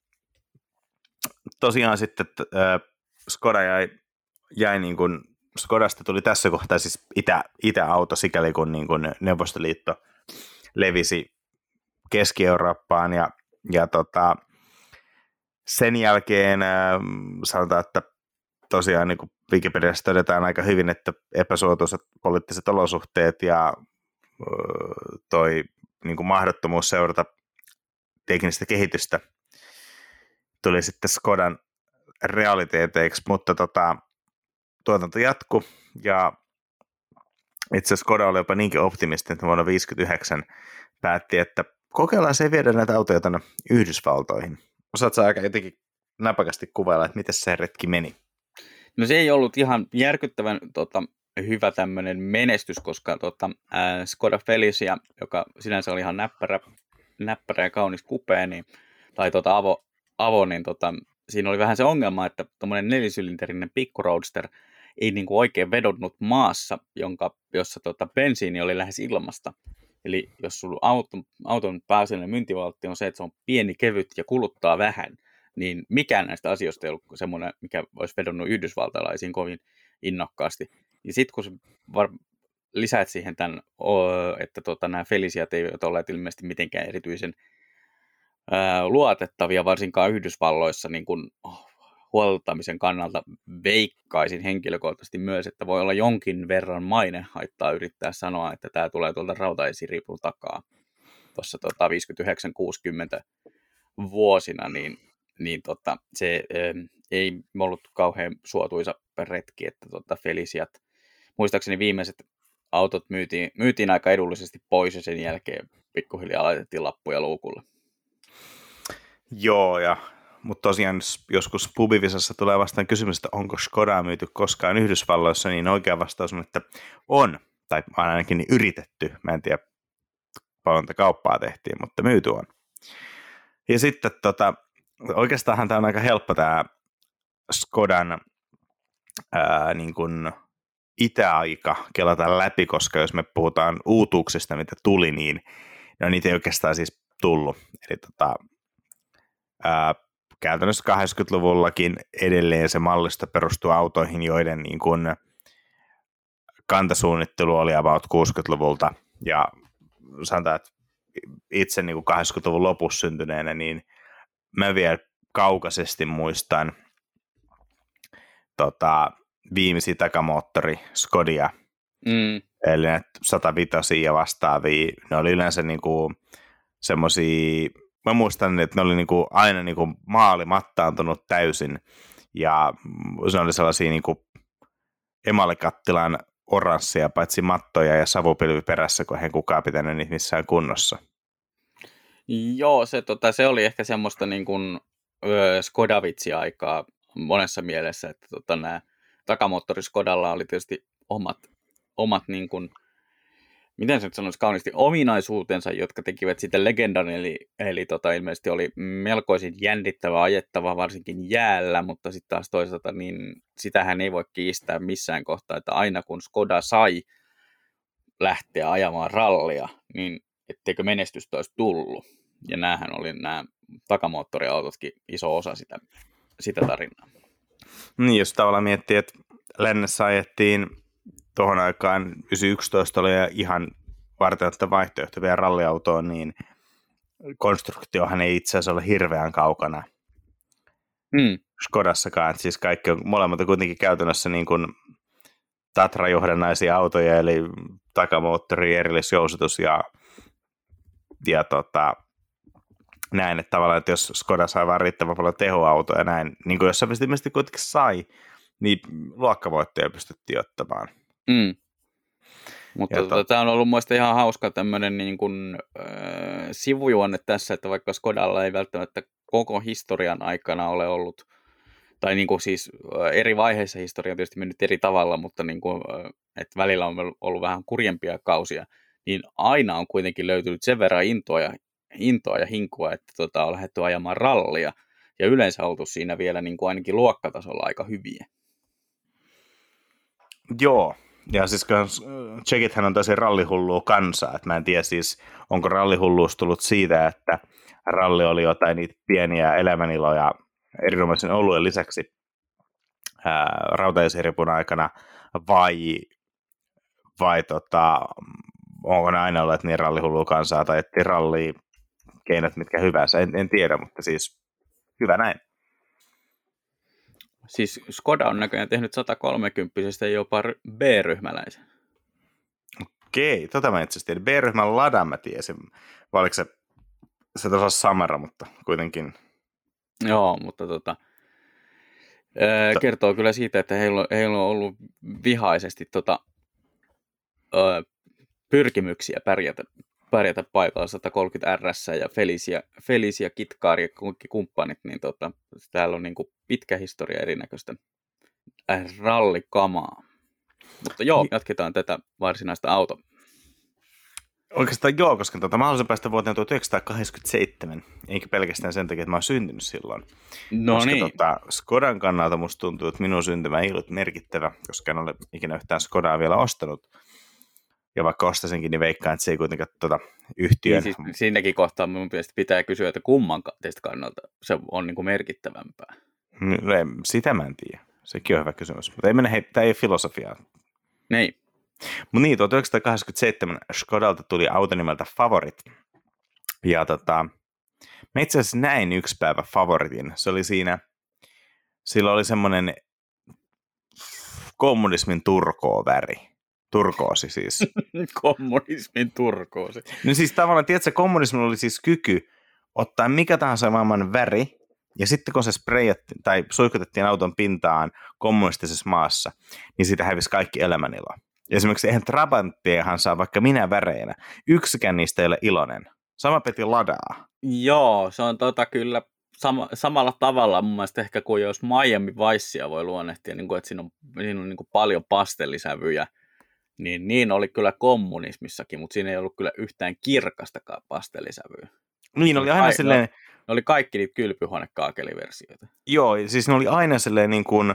tosiaan sitten äh, Skoda jäi, jäi niin kuin, Skodasta tuli tässä kohtaa siis itä, itäauto, sikäli kun niin kuin Neuvostoliitto levisi Keski-Eurooppaan, ja, ja tota, sen jälkeen äh, sanotaan, että tosiaan niin kuin Wikipediassa todetaan aika hyvin, että epäsuotuisat poliittiset olosuhteet ja äh, toi niin kuin mahdottomuus seurata teknistä kehitystä tuli sitten Skodan realiteeteiksi, mutta tota, tuotanto jatkui, ja itse asiassa Skoda oli jopa niinkin optimisti, että vuonna tuhatyhdeksänsataaviisikymmentäyhdeksän päätti, että kokeillaan se viedä näitä autoja tänne Yhdysvaltoihin. Osaatko sä aika jotenkin napakasti kuvailla, että miten se retki meni? No se ei ollut ihan järkyttävän tota, hyvä tämmöinen menestys, koska tota, äh, Skoda Felicia, joka sinänsä oli ihan näppärä, näppärä ja kaunis kupea, niin, tai tota, avo, avo, niin tota, siinä oli vähän se ongelma, että tuommoinen nelisylinterinen pikkuroadster ei niin kuin oikein vedonnut maassa, jonka, jossa tota, bensiini oli lähes ilmasta. Eli jos sulla auton, auton pääasiallinen myyntivaltti on se, että se on pieni, kevyt ja kuluttaa vähän, niin mikään näistä asioista ei ollut semmoinen, mikä olisi vedonnut yhdysvaltalaisiin kovin innokkaasti. Ja sitten kun var- lisäät siihen tämän, että tota, nämä Feliciat eivät olleet ilmeisesti mitenkään erityisen ää, luotettavia, varsinkaan Yhdysvalloissa niin kun, oh, huoltamisen kannalta veikkaisin henkilökohtaisesti myös, että voi olla jonkin verran maine haittaa yrittää sanoa, että tämä tulee tuolta rautaesiripun takaa tuossa tota, viisikymmentäyhdeksän kuusikymmentä vuosina, niin, niin tota, se ää, ei ollut kauhean suotuisa retki, että tota, Feliciat, muistaakseni viimeiset autot myytiin, myytiin aika edullisesti pois ja sen jälkeen pikkuhiljaa laitettiin lappuja luukulle. Joo, ja, mutta tosiaan joskus pubivisassa tulee vastaan kysymys, että onko Skodaa myyty koskaan Yhdysvalloissa, niin oikea vastaus on, että on, tai ainakin niin yritetty. Mä en tiedä, paljon kauppaa tehtiin, mutta myyty on. Ja sitten tota, oikeastaan tämä on aika helppo tämä Skodan ää, niin kuin itäaika kelata läpi, koska jos me puhutaan uutuuksista, mitä tuli, niin no, niitä ei oikeastaan siis tullut. Eli tota, ää, käytännössä kahdeksankymmentäluvullakin edelleen se mallisto perustuu autoihin, joiden niin kuin kantasuunnittelu oli about kuusikymmentäluvulta, ja sanotaan, että itse niin kuin kahdeksankymmentäluvun lopussa syntyneenä, niin mä vielä kaukaisesti muistan tota, viimeisiä takamoottori Skodia, mm. eli sata viisi ja vastaavia, ne oli yleensä niinku semmosia, mä muistan, että ne oli niinku aina niinku maali mattaantunut täysin, ja se oli sellaisia niinku emalikattilan oranssia, paitsi mattoja ja savupilvi perässä, kun eihän kukaan pitänyt niitä missään kunnossa. Joo, se, tota, se oli ehkä semmoista niin kuin Skodavitsi-aikaa monessa mielessä, että tota, nämä takamoottori Skodalla oli tietysti omat, omat niin kuin miten se nyt sanoisi kauniisti, ominaisuutensa, jotka tekivät sitten legendan, eli, eli tota, ilmeisesti oli melkoisin jännittävä, ajettava, varsinkin jäällä, mutta sitten taas toisaalta, niin sitähän ei voi kiistää missään kohtaa, että aina kun Skoda sai lähteä ajamaan rallia, niin etteikö menestystä olisi tullut. Ja näähän oli nämä takamoottoriautotkin iso osa sitä, sitä tarinaa. Niin, jos tavallaan miettii, että Lennessä ajettiin tuohon aikaan yhdeksäntoista yksitoista oli ihan varteuttava vaihtoehto vielä ralliautoon, niin konstruktiohan ei itse asiassa ole hirveän kaukana mm. Skodassakaan. Siis kaikki on molemmat on kuitenkin käytännössä niin kuin Tatra-johdannaisia autoja, eli takamoottori, erillisjousitus ja, ja tota, näin, että tavallaan, että jos Skoda sai vaan riittävän paljon tehoautoja näin, niin kuin jossain ilmeisesti kuitenkin sai, niin luokkavoittoja pystyttiin ottamaan. Mm. Mutta tota, to... tämä on ollut mielestäni ihan hauska tämmöinen niin kuin, äh, sivujuonne tässä, että vaikka Skodalla ei välttämättä koko historian aikana ole ollut, tai niin kuin siis äh, eri vaiheissa historia on tietysti mennyt eri tavalla, mutta niin kuin, äh, että välillä on ollut vähän kurjempia kausia, niin aina on kuitenkin löytynyt sen verran intoa ja, intoa ja hinkua, että tota, on lähdetty ajamaan rallia, ja yleensä oltu siinä vielä niin kuin ainakin luokkatasolla aika hyviä. Joo. Ja siis tsekithän on tosi rallihullua kansaa, että mä en tiedä siis, onko rallihulluus tullut siitä, että ralli oli jotain niitä pieniä elämäniloja erinomaisen oluen lisäksi ää, rautaisiripun aikana, vai, vai tota, onko ne aina olleet niin rallihullua kansaa, tai ettiin rallia keinot mitkä hyvänsä, en, en tiedä, mutta siis hyvä näin. Siis Skoda on näköjään tehnyt sata kolmekymmentä jopa B-ryhmäläisen. Okei, tota mä itse asiassa tiedän. B-ryhmän Ladan mä tiesin. Vai oliko se, se tosiaan Samara, mutta kuitenkin. Joo, mutta tota, ää, kertoo kyllä siitä, että heillä on, heillä on ollut vihaisesti tota, ää, pyrkimyksiä pärjätä, pärjätä paikalla sata kolmekymmentä R S ja Felicia, Felicia Kitkaari ja kumppanit, niin tota, täällä on niin kuin pitkä historia erinäköistä rallikamaa. Mutta joo, jatketaan tätä varsinaista autoa. Oikeastaan joo, koska tota, mä haluaisin päästä vuoteen tuhatyhdeksänsataakahdeksankymmentäseitsemän, eikä pelkästään sen takia, että mä oon syntynyt silloin. No koska niin. Tota, Skodan kannalta musta tuntuu, että minun syntymä ei ollut merkittävä, koska en ole ikinä yhtään Skodaa vielä ostanut. Ja vaikka ostaisinkin, niin veikkaan, että se ei kuitenkaan tuota yhtiön... Niin siis siinäkin kohtaa mun mielestä pitää kysyä, että kumman teistä kannalta se on niin kuin merkittävämpää. No, sitä mä en tiedä. Sekin on hyvä kysymys. Mutta ei mennä, hei, tämä ei ole filosofiaa. Niin. Mutta niin, tuhatyhdeksänsataakahdeksankymmentäseitsemän Skodalta tuli auto nimeltä Favorit. Ja tota, mä itse asiassa näin yksi päivä Favoritin. Se oli siinä, sillä oli semmoinen kommunismin turkoo-väri. Turkoosi siis. Kommunismin turkoosi. No siis tavallaan, tiedätkö, kommunismilla oli siis kyky ottaa mikä tahansa maailman väri, ja sitten kun se sprayattiin tai suihkutettiin auton pintaan kommunistisessa maassa, niin siitä hävisi kaikki elämänilo. Esimerkiksi eihän Trabanttiahan saa vaikka minä väreinä. Yksikään niistä ei ole iloinen. Sama peti Ladaa. Joo, se on tota kyllä sama, samalla tavalla mun mielestä ehkä kuin jos Miami Vicea voi luonnehtia, niin kuin, että siinä on, siinä on niin kuin paljon pastellisävyjä. Niin, niin oli kyllä kommunismissakin, mutta siinä ei ollut kyllä yhtään kirkastakaan pastellisävyä. Niin, oli aina Ai, silleen... Ne oli kaikki niitä kylpyhuonekaakeliversioita. Joo, siis ne oli aina silleen niin kuin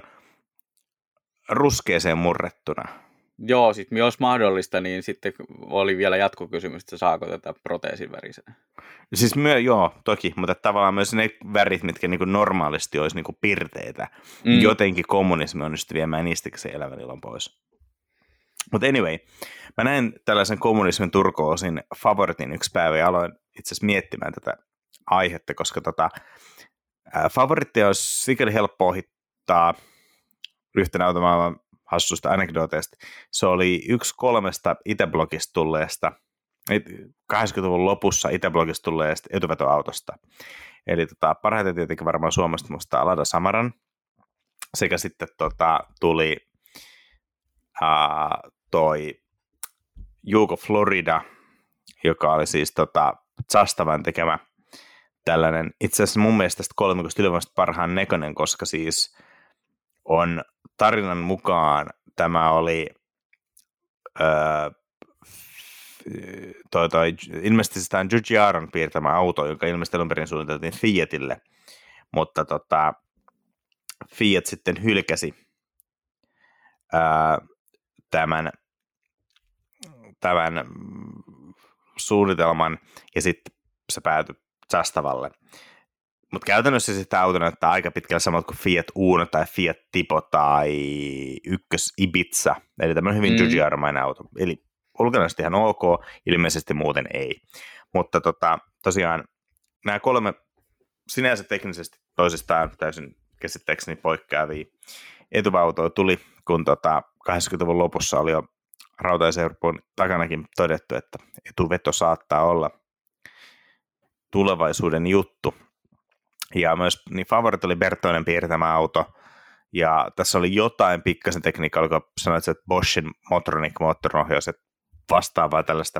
ruskeeseen murrettuna. Joo, sitten jos mahdollista, niin sitten oli vielä jatkokysymys, että saako tätä proteesin värisenä. Siis myö, joo, toki, mutta tavallaan myös ne värit, mitkä niin kuin normaalisti olisi niin kuin pirteitä, mm. jotenkin kommunismi onnistui viemään niistäkin se elämänilon pois. Mutta anyway, mä näin tällaisen kommunismin turkoosin Favoritin yksi päivä ja aloin itse asiassa miettimään tätä aihetta, koska tota, ää, Favorittia olisi sikäli helppo ohittaa yhtenä automaailman hassusta anekdooteista. Se oli yksi kolmesta Itäblogista tulleesta, kahdeksankymmentäluvun lopussa Itäblogista tulleesta etuvetoautosta. Eli tota, parhaiten tietenkin varmaan Suomesta muistaa Lada Samaran, sekä sitten tota, tuli Uh, toi Juko Florida, joka oli siis tota, Zastavan tekemä tällainen, itse asiassa mun mielestä tästä kolmikosta ylivoimaisesti parhaan näköinen, koska siis on tarinan mukaan tämä oli uh, toi, toi, ilmeisesti sitä on Giugiaron piirtämä auto, joka ilmeisesti alun perin suunniteltiin Fiatille, mutta tota, Fiat sitten hylkäsi ää, tämän, tämän suunnitelman ja sitten se päätyi Zastavalle. Mutta käytännössä sitä auto näyttää aika pitkällä samalta kuin Fiat Uno tai Fiat Tipo tai ykkös Ibiza, eli tämmöinen hyvin mm. Giugiaro-mainen auto. Eli ulkonäöllisesti ihan ok, ilmeisesti muuten ei. Mutta tota, tosiaan nämä kolme sinänsä teknisesti toisistaan täysin käsittääkseni poikkeavia etuvautoja tuli, kun tota kahdeksankymmentäluvun lopussa oli jo rautaiseurpun takanakin todettu, että etuveto saattaa olla tulevaisuuden juttu. Ja myös niin Favorit oli Bertoinen piirtämä auto, ja tässä oli jotain pikkasen tekniikkaa, oliko sanoit, että Boschin Motronic moottorinohjaus, että vastaavaa tällaista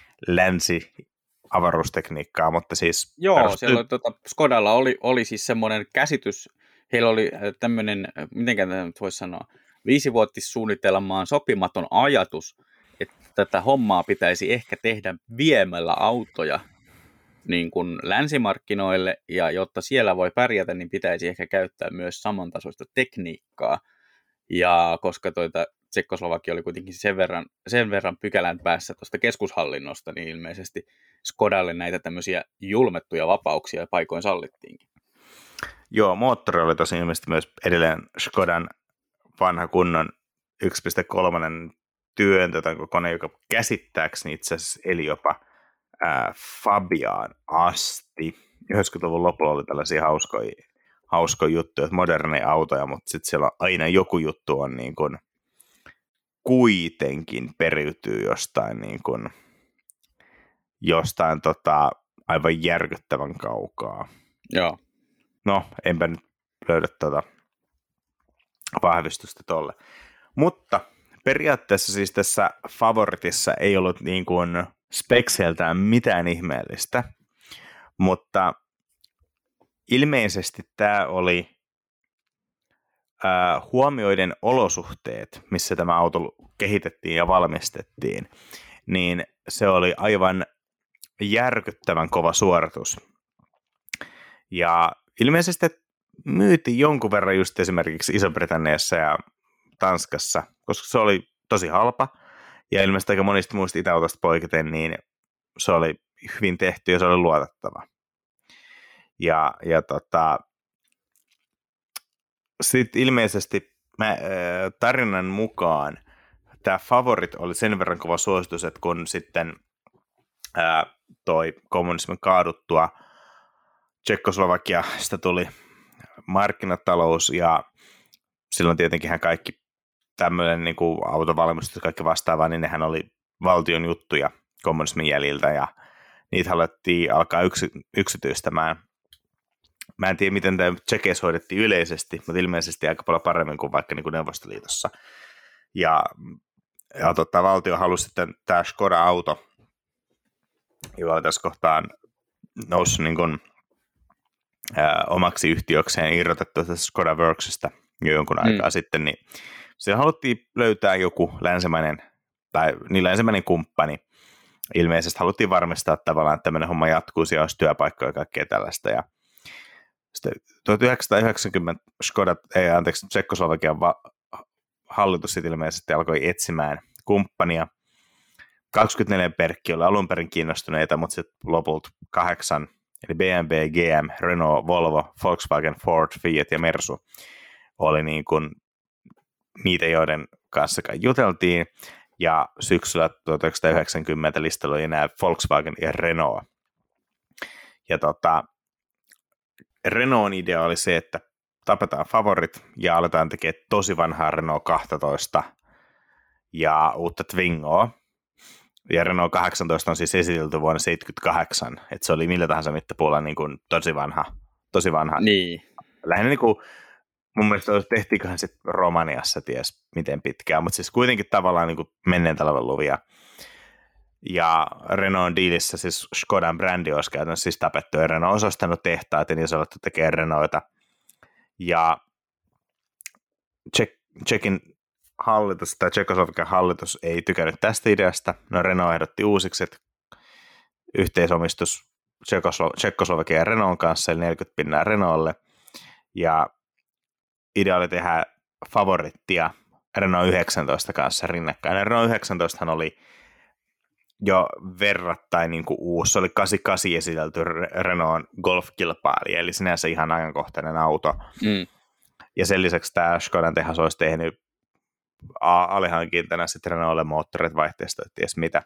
länsi-avaruustekniikkaa, mutta siis... Joo, perustui... siellä tuota, Skodalla oli, oli siis semmoinen käsitys, heillä oli tämmöinen, miten tämä nyt voisi sanoa, viisivuotissuunnitelmaan sopimaton ajatus, että tätä hommaa pitäisi ehkä tehdä viemällä autoja niin kuin länsimarkkinoille, ja jotta siellä voi pärjätä, niin pitäisi ehkä käyttää myös samantasoista tekniikkaa, ja koska tuota Tsekkoslovakia oli kuitenkin sen verran, sen verran pykälän päässä tuosta keskushallinnosta, niin ilmeisesti Skodalle näitä tämmöisiä julmettuja vapauksia paikoin sallittiinkin. Joo, moottori oli tosi ilmeisesti myös edelleen Skodan vanha kunnon yksi pilkku kolme työntötä kone, joka käsittääkseni itse asiassa eli jopa ää, Fabiaan asti. yhdeksänkymmentäluvun lopulla oli tällaisia hauskoja, hauskoja juttuja, moderneja autoja, mutta sitten siellä aina joku juttu on niin kuin kuitenkin periytyy jostain, niin kuin, jostain tota, aivan järkyttävän kaukaa. Joo. No, enpä nyt löydä tuota vahvistusta tolle. Mutta periaatteessa siis tässä Favoritissa ei ollut niin kuin spekseiltään mitään ihmeellistä, mutta ilmeisesti tämä oli ää, huomioiden olosuhteet, missä tämä auto kehitettiin ja valmistettiin, niin se oli aivan järkyttävän kova suoritus. Ja ilmeisesti myytiin jonkun verran just esimerkiksi Iso-Britanniassa ja Tanskassa, koska se oli tosi halpa, ja ilmeisesti aika monista muista itäautoista poiketen, niin se oli hyvin tehty ja se oli luotettava. Ja, ja tota, sitten ilmeisesti mä, tarinan mukaan tämä Favorit oli sen verran kova suositus, että kun sitten ää, toi kommunismin kaaduttua Tsekkoslovakiasta tuli markkinatalous, ja silloin tietenkin kaikki tämmöinen niin kuin autovalmistus ja kaikki vastaavaa, niin nehän oli valtion juttuja kommunismin jäljiltä, ja niitä alettiin alkaa yksi, yksityistämään. Mä en tiedä, miten tämä Tsekeissä hoidettiin yleisesti, mutta ilmeisesti aika paljon paremmin kuin vaikka niin kuin Neuvostoliitossa. Ja, ja tota, valtio halusi sitten tämä Škoda-auto, joka oli tässä kohtaan noussut niin kuin, ää, omaksi yhtiökseen irrotettu tästä Škoda Worksista jo jonkun mm. aikaa sitten, niin siellä haluttiin löytää joku länsimäinen, tai niin länsimäinen kumppani. Ilmeisesti haluttiin varmistaa tavallaan, että tämmöinen homma jatkuisi ja olisi työpaikkoja ja kaikkea tällaista. Ja sitten tuhatyhdeksänsataayhdeksänkymmentä Škoda, ei anteeksi, Tsekkoslovakian va- hallitus sitten ilmeisesti alkoi etsimään kumppania. kaksikymmentäneljä perkki oli alun perin kiinnostuneita, mutta sitten lopulta kahdeksan, eli B M W, G M, Renault, Volvo, Volkswagen, Ford, Fiat ja Mersu oli niin kuin niitä, joiden kanssa juteltiin, ja syksyllä tuhatyhdeksänsataayhdeksänkymmentä listalla oli nämä Volkswagen ja Renault. Ja tota, Renaultin idea oli se, että tapetaan Favorit ja aletaan tekemään tosi vanhaa Renault kaksitoista ja uutta Twingoa. Ja Renault kahdeksantoista on siis esitelty vuonna seitsemänkymmentäkahdeksan, että se oli millä tahansa mittapuolella niin kuin tosi vanha. Tosi vanha. Niin. Lähinnä niin kuin, mun mielestä tehtiinköhän se Romaniassa ties miten pitkään, mutta siis kuitenkin tavallaan niin kuin menneen talven luvia. Ja Renault diilissä siis Škodan brändi olisi käytännössä siis tapettu, ja Renault olisi ostanut tehtaat, ja niissä on alettu tekemään Renaulta. Ja Tsekin hallitus tai Tšekkoslovakian hallitus ei tykännyt tästä ideasta. No Renault ehdotti uusiksi, että yhteisomistus Tšekkoslo- Tšekkoslovakian ja Renaultin kanssa, eli neljäkymmentä pinnaa Renaultille. Ja idea oli tehdä favorittia Renault yhdeksäntoista kanssa rinnakkain. Ja Renault yhdeksäntoista oli jo verrattain niin kuin uusi. Se oli kahdeksankymmentäkahdeksan esitelty Renault Golf-kilpailija, eli sinänsä ihan ajankohtainen auto. Mm. Ja sen lisäksi tämä Škodan tehdas olisi tehnyt alihankintana sitten Renaultille moottorit, vaihteistoit, ties mitä.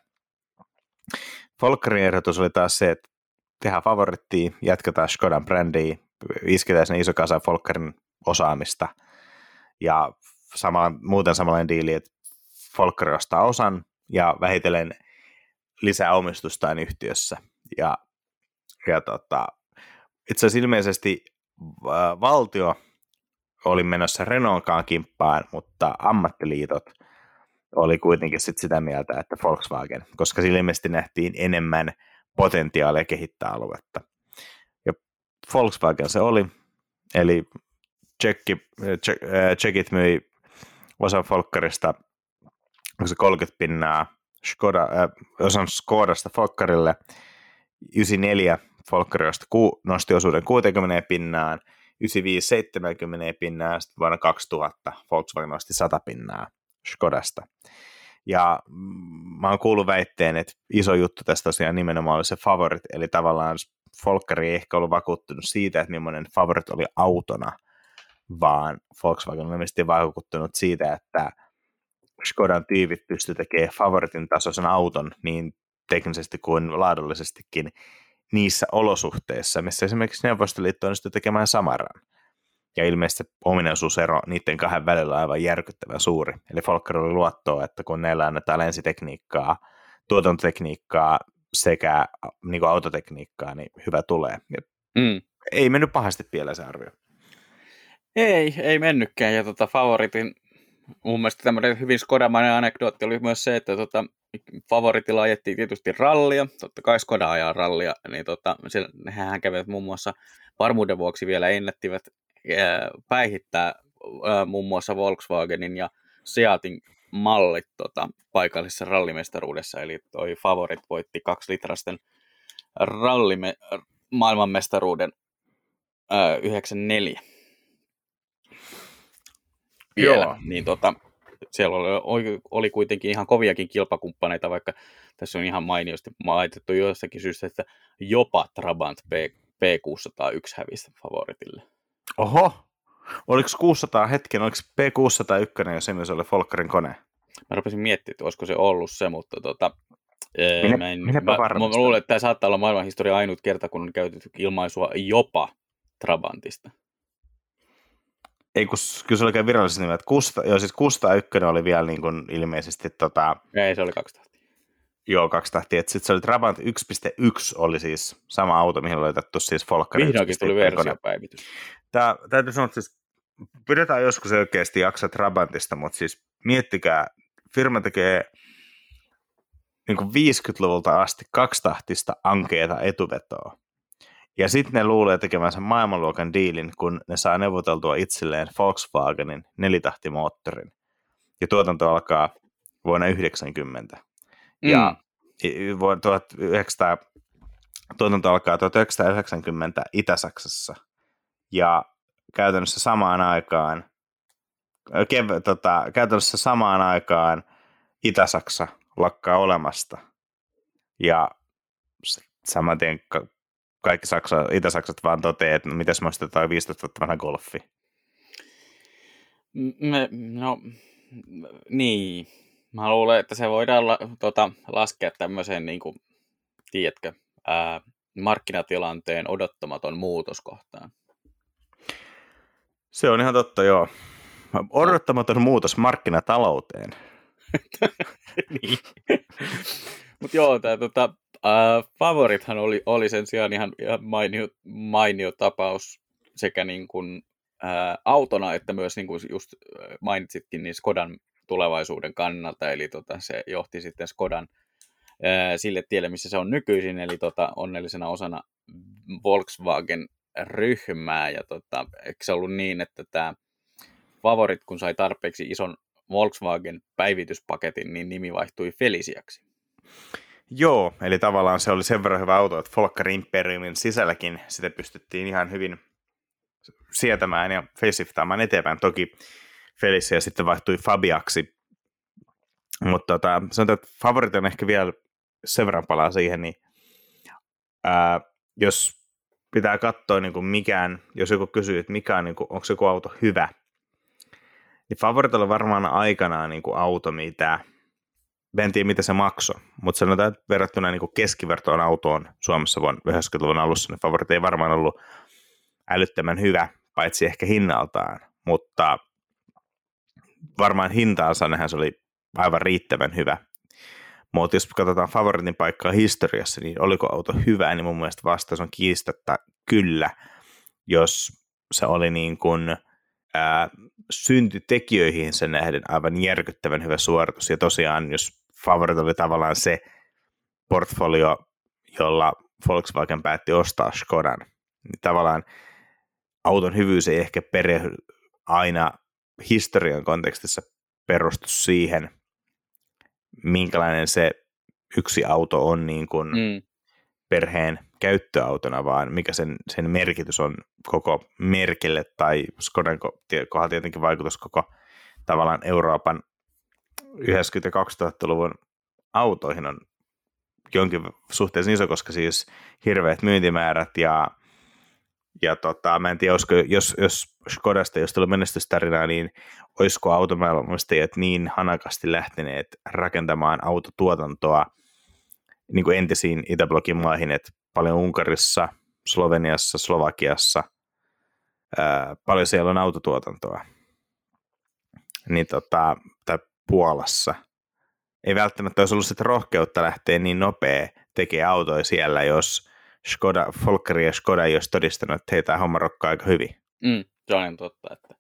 Volkkarin ehdotus oli taas se, että tehdään favorittia, jatketaan Škodan brändiä, isketään sinne iso kasa Volkkarin osaamista ja sama, muuten samanlainen diili, että Volkkari ostaa osan ja vähitellen lisää omistustaan yhtiössä. Ja, ja tota, itse asiassa ilmeisesti ä, valtio oli menossa Renaultkaan kimppaan, mutta ammattiliitot oli kuitenkin sit sitä mieltä, että Volkswagen, koska sillä ilmeisesti nähtiin enemmän potentiaalia kehittää aluetta. Ja Volkswagen se oli, eli Tsekki, Tsekit myi osan Volkkarista, onko se kolmekymmentä pinnaa Škoda, äh, osan Škodasta Volkkarille, yhdeksänkymmentäneljä Volkkari nosti osuuden kuusikymmentä pinnaan, yhdeksänkymmentäviisi seitsemänkymmentä pinnaa, sitten vuonna kaksituhatta Volkswagen nosti sata pinnaa Škodasta. Ja mä oon kuullut väitteen, että iso juttu tästä tosiaan nimenomaan oli se favorit, eli tavallaan Volkkari ei ehkä ollut vakuuttunut siitä, että millainen favorit oli autona, vaan Volkswagen on ilmeisesti vaikuttunut siitä, että Škodan tyypit pystyy tekemään favoritin tasoisen auton niin teknisesti kuin laadullisestikin niissä olosuhteissa, missä esimerkiksi Neuvostoliitto onnistui tekemään Samaran. Ja ilmeisesti ominaisuusero niiden kahden välillä on aivan järkyttävän suuri. Eli Volkkari oli luottoa, että kun näillä annetaan lensitekniikkaa, tuotantotekniikkaa sekä niin kuin autotekniikkaa, niin hyvä tulee. Mm. Ei mennyt pahasti pieleen se arvio. Ei, ei mennytkään. Ja tota, favoritin, mun mielestä tämmöinen hyvin skodamainen anekdootti oli myös se, että tota, favoritilla ajettiin tietysti rallia. Totta kai Skoda ajaa rallia, niin tota, nehän kävivät muun muassa varmuuden vuoksi vielä ennättivät ää, päihittää ää, muun muassa Volkswagenin ja Seatin mallit tota, paikallisessa rallimestaruudessa. Eli toi favorit voitti kaksi litrasten rallime maailmanmestaruuden ää, yhdeksänkymmentäneljä. Vielä. Joo. Niin tota, siellä oli, oli kuitenkin ihan koviakin kilpakumppaneita, vaikka tässä on ihan mainiosti laitettu jossakin syystä, että jopa Trabant P kuusisataayksi hävisi favoritille. Oho! Oliko kuusisataa hetken, oliko P kuusisataayksi, jos se myös oli Volkkarin kone? Mä rupesin miettimään, että olisiko se ollut se, mutta tota, minä, mä, en, mä, mä luulen, että tämä saattaa olla maailmanhistorian ainut kerta, kun on käytetty ilmaisua jopa Trabantista. Ei, kun kyllä se oli virallisesti nimet. Joo, siis kuusisataayksi oli vielä niin kuin ilmeisesti tota... Ei, se oli kaksi tahtia. Joo, kaksi tahtia. Sitten se oli Trabant yksi piste yksi oli siis sama auto, mihin oli otettu siis Volkkarin. Vihdoinkin tuli versiopäivitys. Tää, täytyy sanoa, että siis pidetään joskus oikeasti jaksaa Trabantista, mutta siis miettikää, firma tekee niin kuin viisikymmentäluvulta asti kaksitahtista ankeeta etuvetoa. Ja sitten ne luulee tekemänsä maailmanluokan diilin, kun ne saa neuvoteltua itselleen Volkswagenin nelitahtimoottorin. Ja tuotanto alkaa vuonna yhdeksänkymmentä. Mm. Ja vuonna tuhatyhdeksänsataa, tuotanto alkaa tuhatyhdeksänsataayhdeksänkymmentä Itä-Saksassa. Ja käytännössä samaan aikaan, kev, tota, käytännössä samaan aikaan Itä-Saksa lakkaa olemasta. Ja saman tien kaikki Saksa, Itä-Saksat vaan toteaa, että mitäs me ostetaan viisitoista vuotta vanha Golfi. Me, no, niin. Mä luulen, että se voidaan la, tota, laskea tämmöiseen, niin kuin, tiedätkö, ää, markkinatilanteen odottamaton muutoskohtaan. Se on ihan totta, joo. Odottamaton muutos markkinatalouteen. Niin. Mutta joo, tämä tota, Uh, favorithan oli, oli sen sijaan ihan, ihan mainio, mainio tapaus sekä niin kuin, uh, autona, että myös niin kuin just mainitsitkin niin Skodan tulevaisuuden kannalta, eli tota, se johti sitten Skodan uh, sille tielle, missä se on nykyisin, eli tota, onnellisena osana Volkswagen-ryhmää, ja tota, eikö se ollut niin, että tämä favorit, kun sai tarpeeksi ison Volkswagen päivityspaketin, niin nimi vaihtui Feliciaksi. Joo, eli tavallaan se oli sen verran hyvä auto, että Volkswagen Imperiumin sisälläkin sitä pystyttiin ihan hyvin sietämään ja faceliftaamaan eteenpäin. Toki Felicia sitten vaihtui Fabiaksi, mutta tota, sanotaan, että favoritti on ehkä vielä sen verran palaa siihen, niin ää, jos pitää katsoa niin kuin mikään, jos joku kysyy, että mikä on, niin kuin, onko joku auto hyvä, niin Favorit oli varmaan aikanaan niin kuin auto, mitä, en tiedä mitä se maksoi, mutta sanotaan, että verrattuna niin kuin keskivertoon autoon Suomessa vuonna yhdeksänkymmentäluvun alussa, niin Favorit ei varmaan ollut älyttömän hyvä, paitsi ehkä hinnaltaan, mutta varmaan hintaansa nähän se oli aivan riittävän hyvä. Mutta jos katsotaan Favoritin paikkaa historiassa, niin oliko auto hyvä, niin mun mielestä vastaus on kiistatta kyllä, jos se oli niin kuin ää, syntytekijöihin sen nähden aivan järkyttävän hyvä suoritus. Ja tosiaan, jos Favorit oli tavallaan se portfolio, jolla Volkswagen päätti ostaa Škodan, niin tavallaan auton hyvyys ei ehkä pere aina historian kontekstissa perustu siihen, minkälainen se yksi auto on niin kuin mm. perheen käyttöautona, vaan mikä sen, sen merkitys on koko merkille, tai Škodan kohdalla tietenkin vaikutus koko tavallaan Euroopan yhdeksänkymmentä- ja kaksituhattaluvun autoihin on jonkin suhteessa iso, koska siis hirveät myyntimäärät ja Ja tota, mä en tiedä, olisiko, jos, jos Škodasta jos tullut menestystarinaa, niin olisiko autovalmistajat niin hanakasti lähteneet rakentamaan autotuotantoa niin kuin entisiin Itäblokin maihin, että paljon Unkarissa, Sloveniassa, Slovakiassa, ää, paljon siellä on autotuotantoa, niin tota, tai Puolassa. Ei välttämättä olisi ollut sitä rohkeutta lähteä niin nopea tekemään autoja siellä, jos Škoda, Volkeri ja Škoda ei olisi todistanut, että hei, tämä homma rokkaa aika hyvin. Mm, se on totta, että,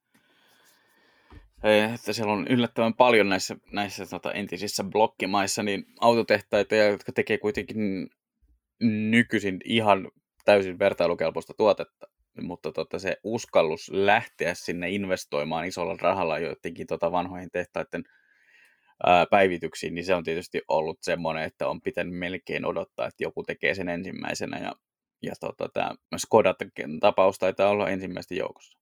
että siellä on yllättävän paljon näissä, näissä tota, entisissä blokkimaissa niin autotehtaita, jotka tekee kuitenkin nykyisin ihan täysin vertailukelpoista tuotetta, mutta tota, se uskallus lähteä sinne investoimaan isolla rahalla jotenkin tota, vanhoihin tehtaiden ää, päivityksiin, niin se on tietysti ollut semmoinen, että on pitänyt melkein odottaa, että joku tekee sen ensimmäisenä, ja, ja tota, tämä Škoda-tapaus taitaa olla ensimmäisten joukossa.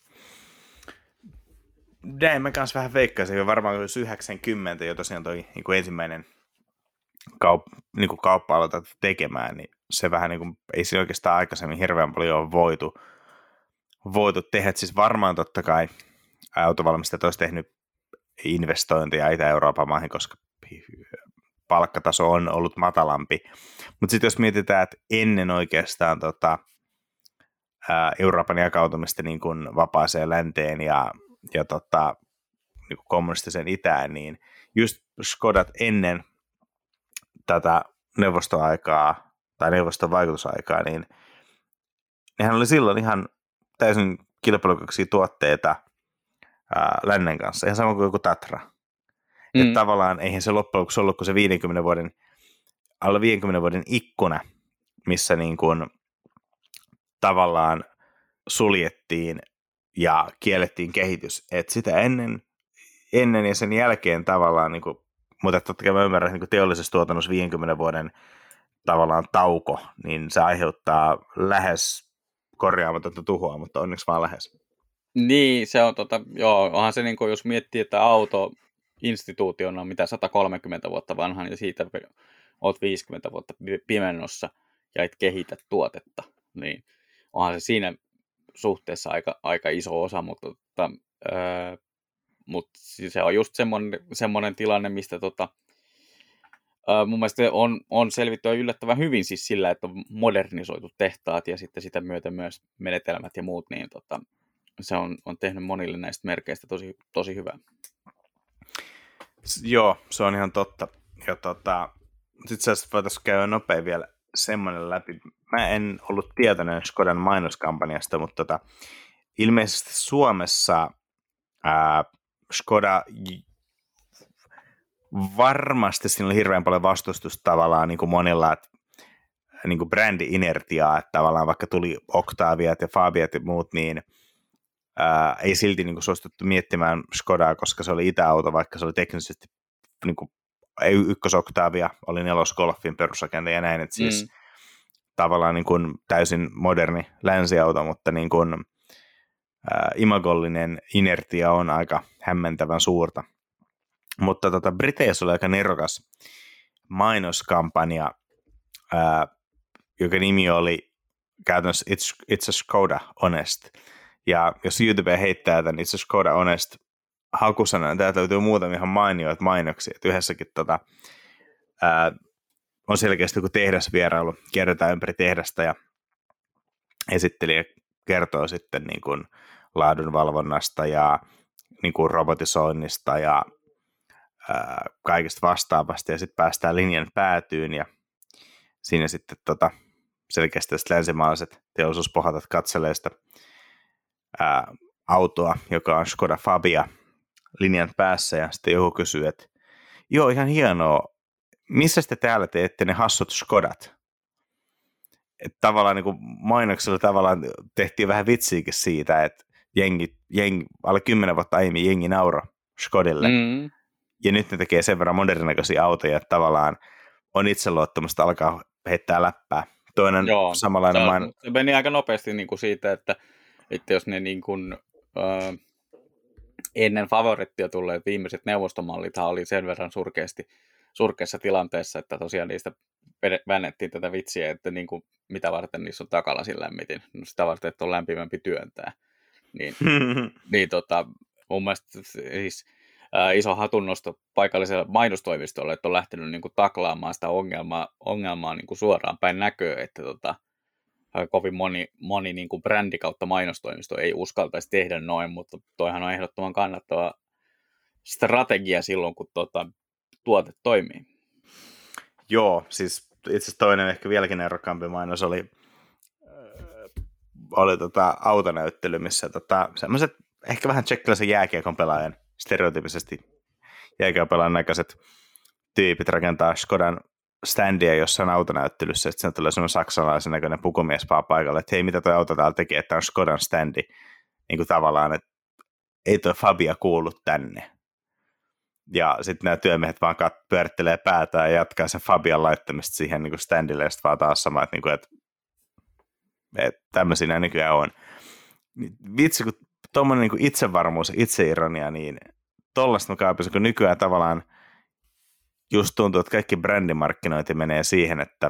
Näin mä kanssa vähän veikkaisin, että varmaan jos yhdeksänkymmentä jo tosiaan toi niin kuin ensimmäinen kaup- niin kuin kauppa aloitat tekemään, niin se vähän niin kuin, ei siinä oikeastaan aikaisemmin hirveän paljon ole voitu, voitu tehdä. Et siis varmaan totta kai autovalmistajat olisi tehnyt investointeja Itä-Euroopan maihin, koska palkkataso on ollut matalampi. Mutta sitten jos mietitään, että ennen oikeastaan tota, ää, Euroopan jakautumista niin kuin vapaaseen länteen ja, ja tota, niin kuin kommunistiseen itään, niin just Škodat ennen tätä neuvostoaikaa tai neuvoston vaikutusaikaa, niin nehän oli silloin ihan täysin kilpailukykyisiä tuotteita ää, lännen kanssa, ihan sama kuin joku Tatra. Mm. Että tavallaan eihän se loppujen lopuksi ollut kuin se viidenkymmenen vuoden, alle viidenkymmenen vuoden ikkuna, missä niin kuin tavallaan suljettiin ja kiellettiin kehitys. Että sitä ennen, ennen ja sen jälkeen tavallaan, niin kuin, mutta totta kai mä ymmärrän, että niin kuin teollisessa tuotannossa viidenkymmenen vuoden tavallaan tauko, niin se aiheuttaa lähes korjaamatonta tuhoa, mutta onneksi vaan lähes. Niin, se on tota, joo, onhan se niin kuin, jos miettii, että auto instituutiona on mitä sata kolmekymmentä vuotta vanha, ja siitä olet viisikymmentä vuotta pimennossa ja et kehitä tuotetta, niin onhan se siinä suhteessa aika, aika iso osa, mutta, mutta, öö, mutta se on just semmoinen, semmoinen tilanne, mistä tota, öö, mun mielestä on, on selvitty yllättävän hyvin siis sillä, että on modernisoitu tehtaat ja sitten sitä myötä myös menetelmät ja muut, niin tota, se on, on tehnyt monille näistä merkeistä tosi, tosi hyvää. Joo, se on ihan totta. Ja tota, sitten sä voitaisiin käydä nopein vielä semmoinen läpi. Mä en ollut tietoinen Škodan mainoskampanjasta, mutta tota, ilmeisesti Suomessa ää, Škoda varmasti siinä oli hirveän paljon vastustusta tavallaan niin kuin monilla niin kuin brändi-inertiaa, että tavallaan vaikka tuli Octaviat ja Fabiat ja muut, niin ää, ei silti niin kuin suostuttu miettimään Škodaa, koska se oli itäauto, vaikka se oli teknisesti niin kuin, ei ykkösoktaavia, oli nelosgolfin perusrakenne ja näin, että siis Mm. tavallaan niin kuin täysin moderni länsiauto, mutta niin kuin, ää, imagollinen inertia on aika hämmentävän suurta. Mutta tota, Briteissä oli aika nerokas mainoskampanja, ää, joka nimi oli käytännössä It's, it's a Škoda Honest. Ja jos YouTube heittää tämän It's a Škoda Honest hakusana, niin täältä löytyy muutamia ihan mainioita mainoksia. Että yhdessäkin tota, ää, on selkeästi joku tehdasvierailu, kierretään ympäri tehdasta ja esittelijä kertoo sitten niin kuin laadunvalvonnasta ja niin kuin robotisoinnista ja ää, kaikesta vastaavasta ja sitten päästään linjan päätyyn ja siinä sitten tota, selkeästi länsimaalaiset teollisuuspohatat katselee sitä ää, autoa, joka on Škoda Fabia linjan päässä ja sitten joku kysyy, että joo, ihan hienoa, missä te täällä teette ne hassut Škodat? Että tavallaan niin kuin mainoksella tavallaan tehtiin vähän vitsiäkin siitä, että jengi, jengi, alle kymmenen vuotta aiemmin jengi nauro Škodille. Mm. Ja nyt ne tekee sen verran modernäköisiä autoja, että tavallaan on itseluottamusta alkaa heittää läppää. Toinen Joo, samanlainen se, main... se meni aika nopeasti niin kuin siitä, että, että jos ne niin kuin, äh, ennen favorittia tulleet viimeiset neuvostomallithan oli sen verran surkeasti, surkeassa tilanteessa, että tosiaan niistä väännettiin tätä vitsiä, että niin kuin, mitä varten niissä on takalasin lämmitin. No sitä varten, että on lämpimämpi työntää. Niin, niin tota, mun mielestä siis, ää, iso hatunnosto paikalliselle mainostoimistolle, että on lähtenyt niin kuin taklaamaan sitä ongelmaa, ongelmaa niin kuin suoraan päin näköä, että tota, kovin moni, moni niin kuin brändi kautta mainostoimisto ei uskaltaisi tehdä noin, mutta toihan on ehdottoman kannattava strategia silloin, kun tota, tuote toimii. Joo, siis itse asiassa toinen ehkä vieläkin erokkaampi mainos oli, oli tota autonäyttely, missä tota, semmoiset ehkä vähän tsekkiläisen jääkiekon pelaajan, stereotypisesti jääkiekon pelaajan näköiset tyypit rakentaa Škodan standia jossain autonäyttelyssä, että sen tulee semmoinen saksalaisen näköinen pukumies paikalle, että hei, mitä toi auto täällä tekee, että on Škodan standi, niin kuin tavallaan, että ei toi Fabia kuulu tänne. Ja sitten nämä työmiehet vaan kat- pyörittelee päätään ja jatkaa sen Fabian laittamista siihen niin kuin standille, ja sitten vaan taas sama, että, niin kuin, että, että tämmöisiä nämä nykyään on. Vitsi, kun tuommoinen niin kuin itsevarmuus ja itseironia, niin tollaista mä kaipasin, kun nykyään tavallaan just tuntuu, että kaikki brändimarkkinointi menee siihen, että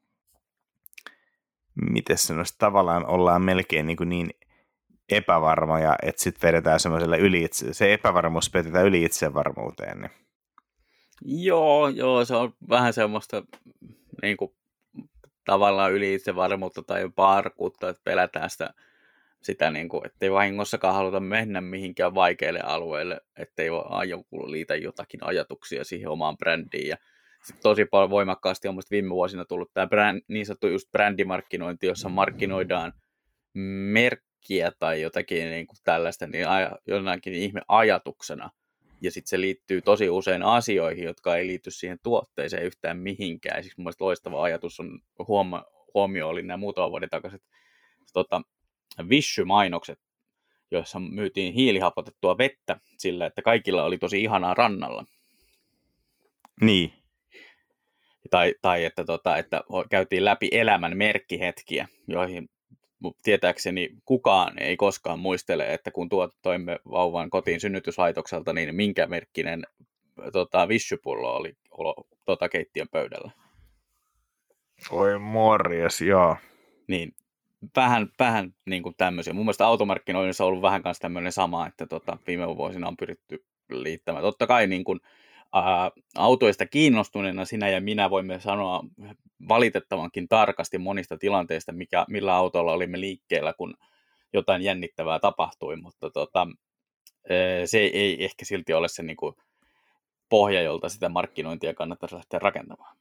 miten sanoisi, tavallaan ollaan melkein niin, niin epävarmoja, että sitten vedetään semmoiselle yli itse, se epävarmuus petetään yli itsevarmuuteen. Niin. Joo, joo, se on vähän semmoista niin kuin, tavallaan yli itsevarmuutta tai jopa arkuutta, että pelätään sitä, sitä niin kuin, ettei vahingossakaan haluta mennä mihinkään vaikeille alueille, ettei joku liitä jotakin ajatuksia siihen omaan brändiin. Ja sitten tosi paljon voimakkaasti on viime vuosina tullut tämä brand, niin sanottu just brändimarkkinointi, jossa markkinoidaan merkkiä tai jotakin niin kuin tällaista niin aja, jonakin ihme ajatuksena. Ja sitten se liittyy tosi usein asioihin, jotka ei liity siihen tuotteeseen yhtään mihinkään. Siksi mun mielestä loistava ajatus on, huoma, huomio oli nämä muutaman vuoden takaiset tota, Vichy-mainokset, joissa myytiin hiilihapotettua vettä sillä, että kaikilla oli tosi ihanaa rannalla. Niin. Tai, tai että, tota, että käytiin läpi elämän merkkihetkiä, joihin tietääkseni kukaan ei koskaan muistele, että kun tuot toimme vauvan kotiin synnytyslaitokselta, niin minkä merkkinen tota, Vichy-pullo oli tota, keittiön pöydällä. Oi morjes, joo. Niin, vähän, vähän niin kuin tämmöisiä. Mun mielestä automarkkinoinnissa on ollut vähän kanssa tämmöinen sama, että tota, viime vuosina on pyritty liittämään. Totta kai niin kuin, ää, autoista kiinnostuneena sinä ja minä voimme sanoa valitettavankin tarkasti monista tilanteista, mikä, millä autolla olimme liikkeellä, kun jotain jännittävää tapahtui, mutta tota, se ei ehkä silti ole se niin kuin pohja, jolta sitä markkinointia kannattaisi lähteä rakentamaan.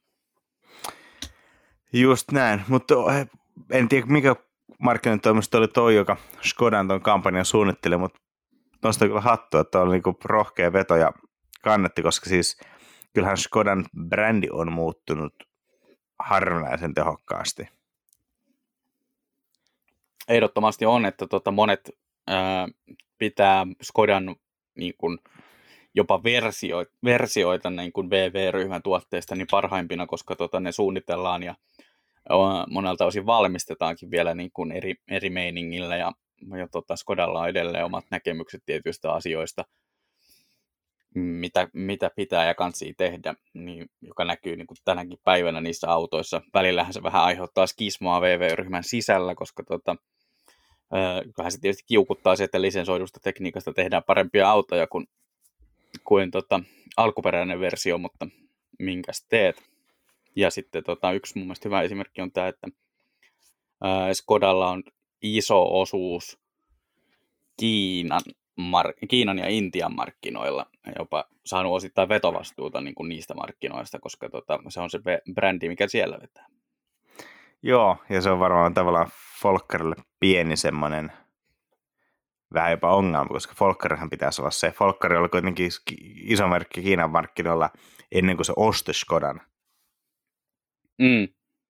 Just näin, mutta en tiedä mikä markkinointitoimisto oli toi, joka Škodan ton kampanjan suunnitteli, mutta nostaa kyllä hattua, että oli niinku rohkea veto ja kannatti, koska siis kyllähän Škodan brändi on muuttunut harvinaisen tehokkaasti. Ehdottomasti on, että tota monet ää, pitää Skodan niin kuin, jopa versio, versioita niin kuin V V-ryhmän tuotteista niin parhaimpina, koska tota, ne suunnitellaan ja monelta osin valmistetaankin vielä niin kuin eri, eri meiningillä ja, ja tota, Skodalla on edelleen omat näkemykset tietyistä asioista, mitä, mitä pitää ja kansii tehdä, niin, joka näkyy niin kuin tänäkin päivänä niissä autoissa. Välillähän se vähän aiheuttaa skismaa V V-ryhmän sisällä, koska tota, kyllähän se tietysti kiukuttaa se, että lisensoidusta tekniikasta tehdään parempia autoja kuin, kuin tota, alkuperäinen versio, mutta minkäs teet? Ja sitten tota, yksi mun mielestä hyvä esimerkki on tämä, että ää, Skodalla on iso osuus Kiinan, mar- Kiinan ja Intian markkinoilla, jopa saanut osittain vetovastuuta niin kuin niistä markkinoista, koska tota, se on se brändi, mikä siellä vetää. Joo, ja se on varmaan tavallaan Volkkarille pieni semmoinen vähän jopa ongelma, koska Volkkarihan pitäisi olla se. Volkkari oli kuitenkin iso merkki Kiinan markkinoilla ennen kuin se osti Skodan. Mm.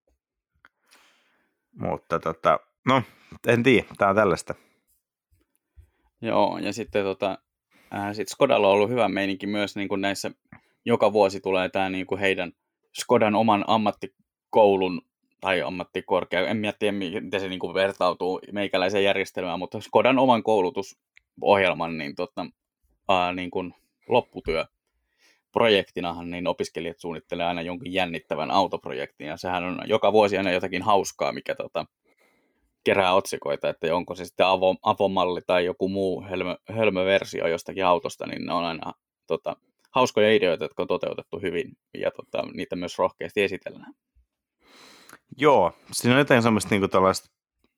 Mutta tota, no, en tiedä, tämä on tällaista. Joo, ja sitten tota, äh, sit Skodalla on ollut hyvä meininki myös niin kuin näissä, joka vuosi tulee tämä niin kuin heidän Skodan oman ammattikoulun tai ammattikorkea, en tiedä miten se niin kuin vertautuu meikäläiseen järjestelmään, mutta Skodan oman koulutusohjelman niin tota, äh, niin kuin lopputyö projektinahan, niin opiskelijat suunnittelee aina jonkin jännittävän autoprojektin, ja sehän on joka vuosi aina jotakin hauskaa, mikä tota, kerää otsikoita, että onko se sitten avo, avomalli tai joku muu hölmö, hölmöversio jostakin autosta, niin ne on aina tota, hauskoja ideoita, jotka on toteutettu hyvin, ja tota, niitä myös rohkeasti esitellään. Joo, siinä on jotain semmoista niinku tällaista,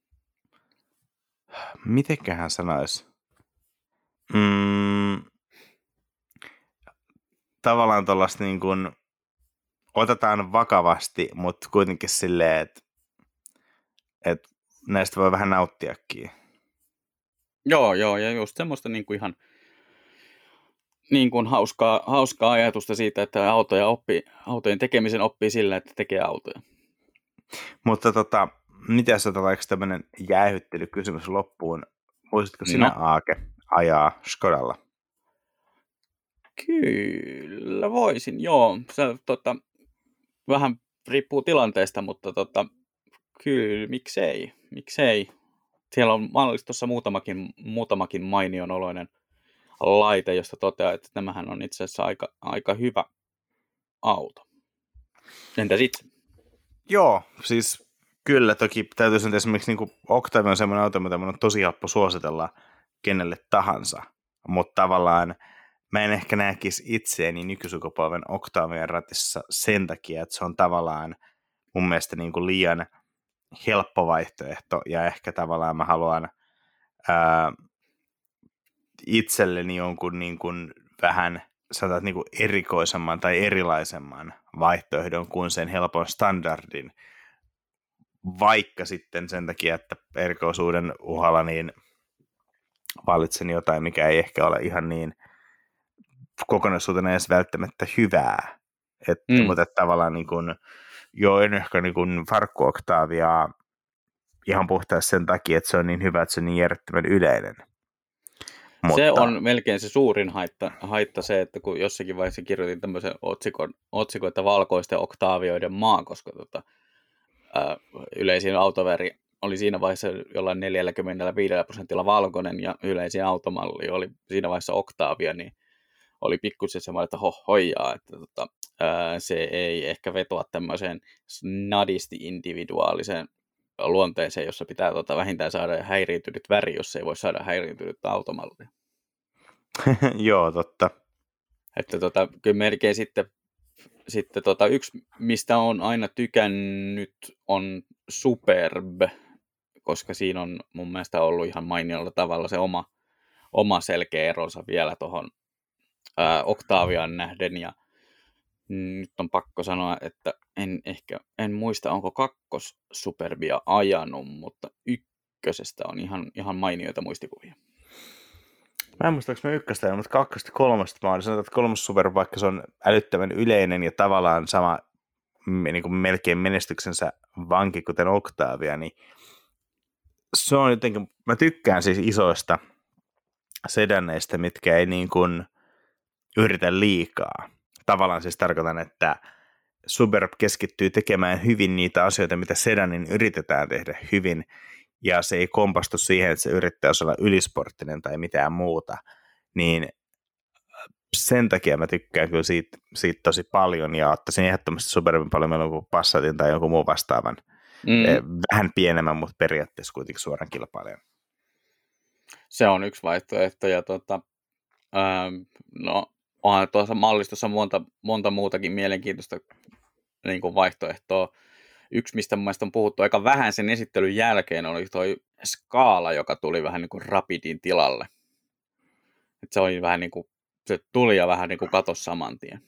mitenköhän sanoisi, mm, tavallaan tuollaista niin kuin otetaan vakavasti, mutta kuitenkin silleen, että, että näistä voi vähän nauttiakin. Joo, joo, ja just semmoista niin kuin ihan niin kuin hauskaa, hauskaa ajatusta siitä, että autoja oppii, autojen tekemisen oppii sillä, että tekee autoja. Mutta tota, mitä sä otat tämmöinen jäähyttelykysymys loppuun? Muistatko sinä, no. Aake, ajaa Skodalla? Kyllä, voisin, joo. Se, tota, vähän riippuu tilanteesta, mutta tota, kyllä, miksei, miksei. Siellä on mallistossa muutamakin, muutamakin mainion oloinen laite, josta toteaa, että tämähän on itse asiassa aika, aika hyvä auto. Entä sitten? Joo, siis kyllä toki täytyy sanoa, että esimerkiksi niin Octavia on semmoinen auto, mitä minun on tosi helppo suositella kenelle tahansa, mutta tavallaan mä en ehkä näkisi itseäni nykysukupolven Octavian ratissa sen takia, että se on tavallaan mun mielestä niin kuin liian helppo vaihtoehto, ja ehkä tavallaan mä haluan ää, itselleni jonkun niin kuin vähän sanotaan, niin kuin erikoisemman tai erilaisemman vaihtoehdon kuin sen helpon standardin, vaikka sitten sen takia, että erikoisuuden uhalla niin valitsen jotain, mikä ei ehkä ole ihan niin kokonaisuutena edes välttämättä hyvää. Et, mm. Mutta että tavallaan niin kuin, joo, en ehkä niin kuin farkku Octaviaa ihan puhtaasti sen takia, että se on niin hyvä, että se on niin järjettömän yleinen. Mutta se on melkein se suurin haitta, haitta se, että kun jossakin vaiheessa kirjoitin tämmöisen otsikon, otsikon että valkoisten Octavioiden maa, koska tota, ää, yleisin autoväri oli siinä vaiheessa jollain neljäkymmentäviisi prosentilla valkoinen ja yleisin automalli oli siinä vaiheessa Octavia, niin oli pikkusen semmoinen, että hohojaa, että tota, ää, se ei ehkä vetoa tämmöiseen snadisti individuaaliseen luonteeseen, jossa pitää tota, vähintään saada häiriintynyt väri, jos ei voi saada häiriintynyttä automallia. Joo, totta. Että tota, kyllä melkein sitten, sitten tota, yksi, mistä on aina tykännyt, on Superb, koska siinä on mun mielestä ollut ihan mainiolla tavalla se oma, oma selkeä eronsa vielä tuohon Octaviaan nähden, ja nyt on pakko sanoa, että en ehkä, en muista, onko kakkos Superbia ajanut, mutta ykkösestä on ihan, ihan mainioita muistikuvia. Mä en muista, onko mä ykköstä, mutta kakkosta kolmosta mä oon sanonut, että kolmas Superb, vaikka se on älyttömän yleinen ja tavallaan sama niin kuin melkein menestyksensä vanki, kuten Octavia, niin se on jotenkin mä tykkään siis isoista sedaneista, mitkä ei niin kuin yritä liikaa. Tavallaan siis tarkoitan, että Suburb keskittyy tekemään hyvin niitä asioita, mitä sedanin yritetään tehdä hyvin, ja se ei kompastu siihen, että se yrittää olla ylisporttinen tai mitään muuta, niin sen takia mä tykkään kyllä siitä, siitä tosi paljon, ja ottaisin ehdottomasti Suburbin paljon mieluummin kuin Passatin tai jonkun muun vastaavan, mm. vähän pienemmän, mutta periaatteessa kuitenkin suoran kilpailijan. Se on yksi vaihtoehto, ja tota, ähm, no, onhan tuossa mallistossa monta, monta muutakin mielenkiintoista niin kuin vaihtoehtoa. Yksi, mistä mun mielestä on puhuttu aika vähän sen esittelyn jälkeen, oli toi Scala, joka tuli vähän niin kuin Rapidin tilalle. Et se oli vähän niin kuin, se tuli ja vähän niin kuin katosi saman tien.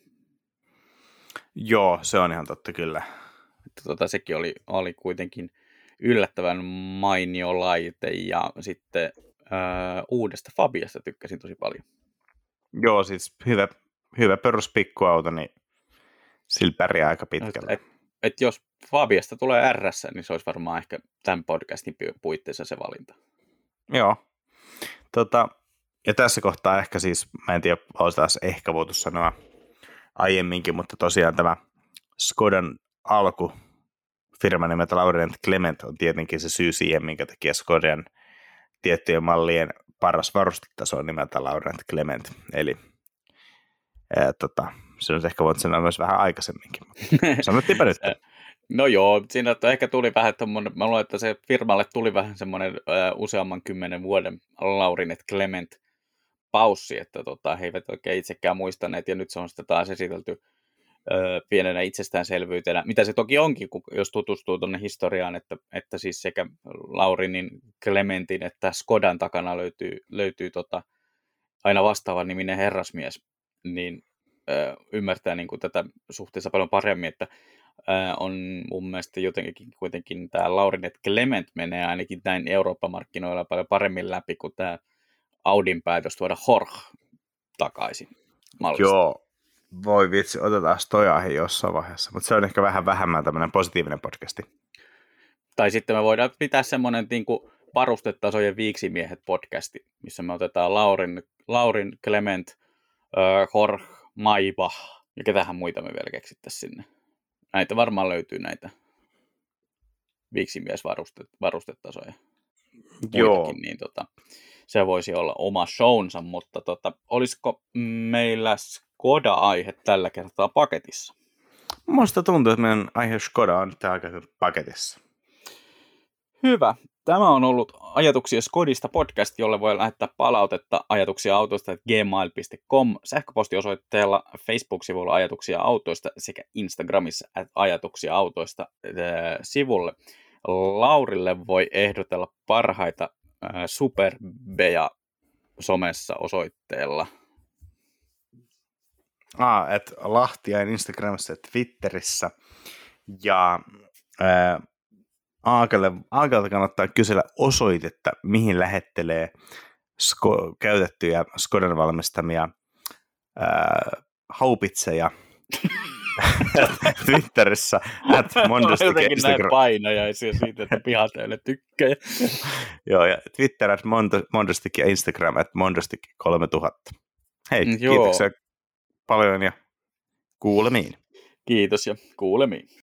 Joo, se on ihan totta kyllä. Että tota, sekin oli, oli kuitenkin yllättävän mainio laite, ja sitten ää, uudesta Fabiasta tykkäsin tosi paljon. Joo, siis hyvä, hyvä perus pikkuauto, niin sillä pärjää aika pitkällä. Et, et jos Fabiasta tulee R S, niin se olisi varmaan ehkä tämän podcastin puitteissa se valinta. Joo. Tota, ja tässä kohtaa ehkä siis, mä en tiedä, olisi taas ehkä voitu sanoa aiemminkin, mutta tosiaan tämä Skodan alku, firma nimeltä Laurent Clement, on tietenkin se syy siihen, minkä takia Skodan tiettyjen mallien paras varustetaso on nimeltä Laurent Clement. Eli ää, tota, se on ehkä voinut sanoa myös vähän aikaisemminkin. Sanottiinpä nyt. No joo, siinä ehkä tuli vähän tommoinen, mä luulen, että se firmalle tuli vähän semmoinen äh, useamman kymmenen vuoden Laurent Clement paussi, että tota, he eivät oikein itsekään muistaneet, ja nyt se on sitten taas esitelty ö, pienenä itsestäänselvyytenä, mitä se toki onkin, kun, jos tutustuu tuonne historiaan, että, että siis sekä Laurinin, Clementin että Skodan takana löytyy, löytyy tota, aina vastaavan niminen herrasmies, niin ö, ymmärtää niin kuin tätä suhteessa paljon paremmin, että ö, on mun mielestä jotenkin kuitenkin tämä Laurent Clement menee ainakin näin Eurooppa-markkinoilla paljon paremmin läpi kuin tämä Audin päätös tuoda Jorge takaisin mallista. Joo, voi vitsi, otetaan toi aihe jossain vaiheessa, mutta se on ehkä vähän vähemmän tämmöinen positiivinen podcasti. Tai sitten me voidaan pitää semmoinen niin kuin varustetasojen viiksimiehet podcasti, missä me otetaan Laurin, Laurin Clement, äh, Jorge, Maiba ja ketähän muita me vielä keksittäisiin sinne. Näitä varmaan löytyy näitä viiksimiesvarustetasoja. Joo. Niin tota, se voisi olla oma shownsa, mutta tota, olisiko meillä Skoda-aihe tällä kertaa paketissa? Minusta tuntuu, että meidän aihe Skoda on nyt aika hyvin paketissa. Hyvä. Tämä on ollut Ajatuksia Skodista podcast, jolle voi lähettää palautetta ajatuksia autoista gmail piste com, sähköpostiosoitteella, Facebook-sivulla Ajatuksia autoista sekä Instagramissa Ajatuksia autoista äh, sivulle. Laurille voi ehdotella parhaita äh, superbeja somessa osoitteella. Ah, et Lahtiain Instagramissa ja Twitterissä. Ja äh, Aakalle, Aakalta kannattaa kysellä osoitetta, mihin lähettelee sko- käytettyjä Skodan valmistamia äh, haupitseja. Twitterissä at Mondostik ja jotenkin Instagram. näin painajaisia siitä, että pihateille tykkää. Joo, ja Twitter at Mondostik ja Instagram at Mondostik kolmetuhatta. Hei, mm, kiitoksia paljon ja kuulemiin. Kiitos ja kuulemiin.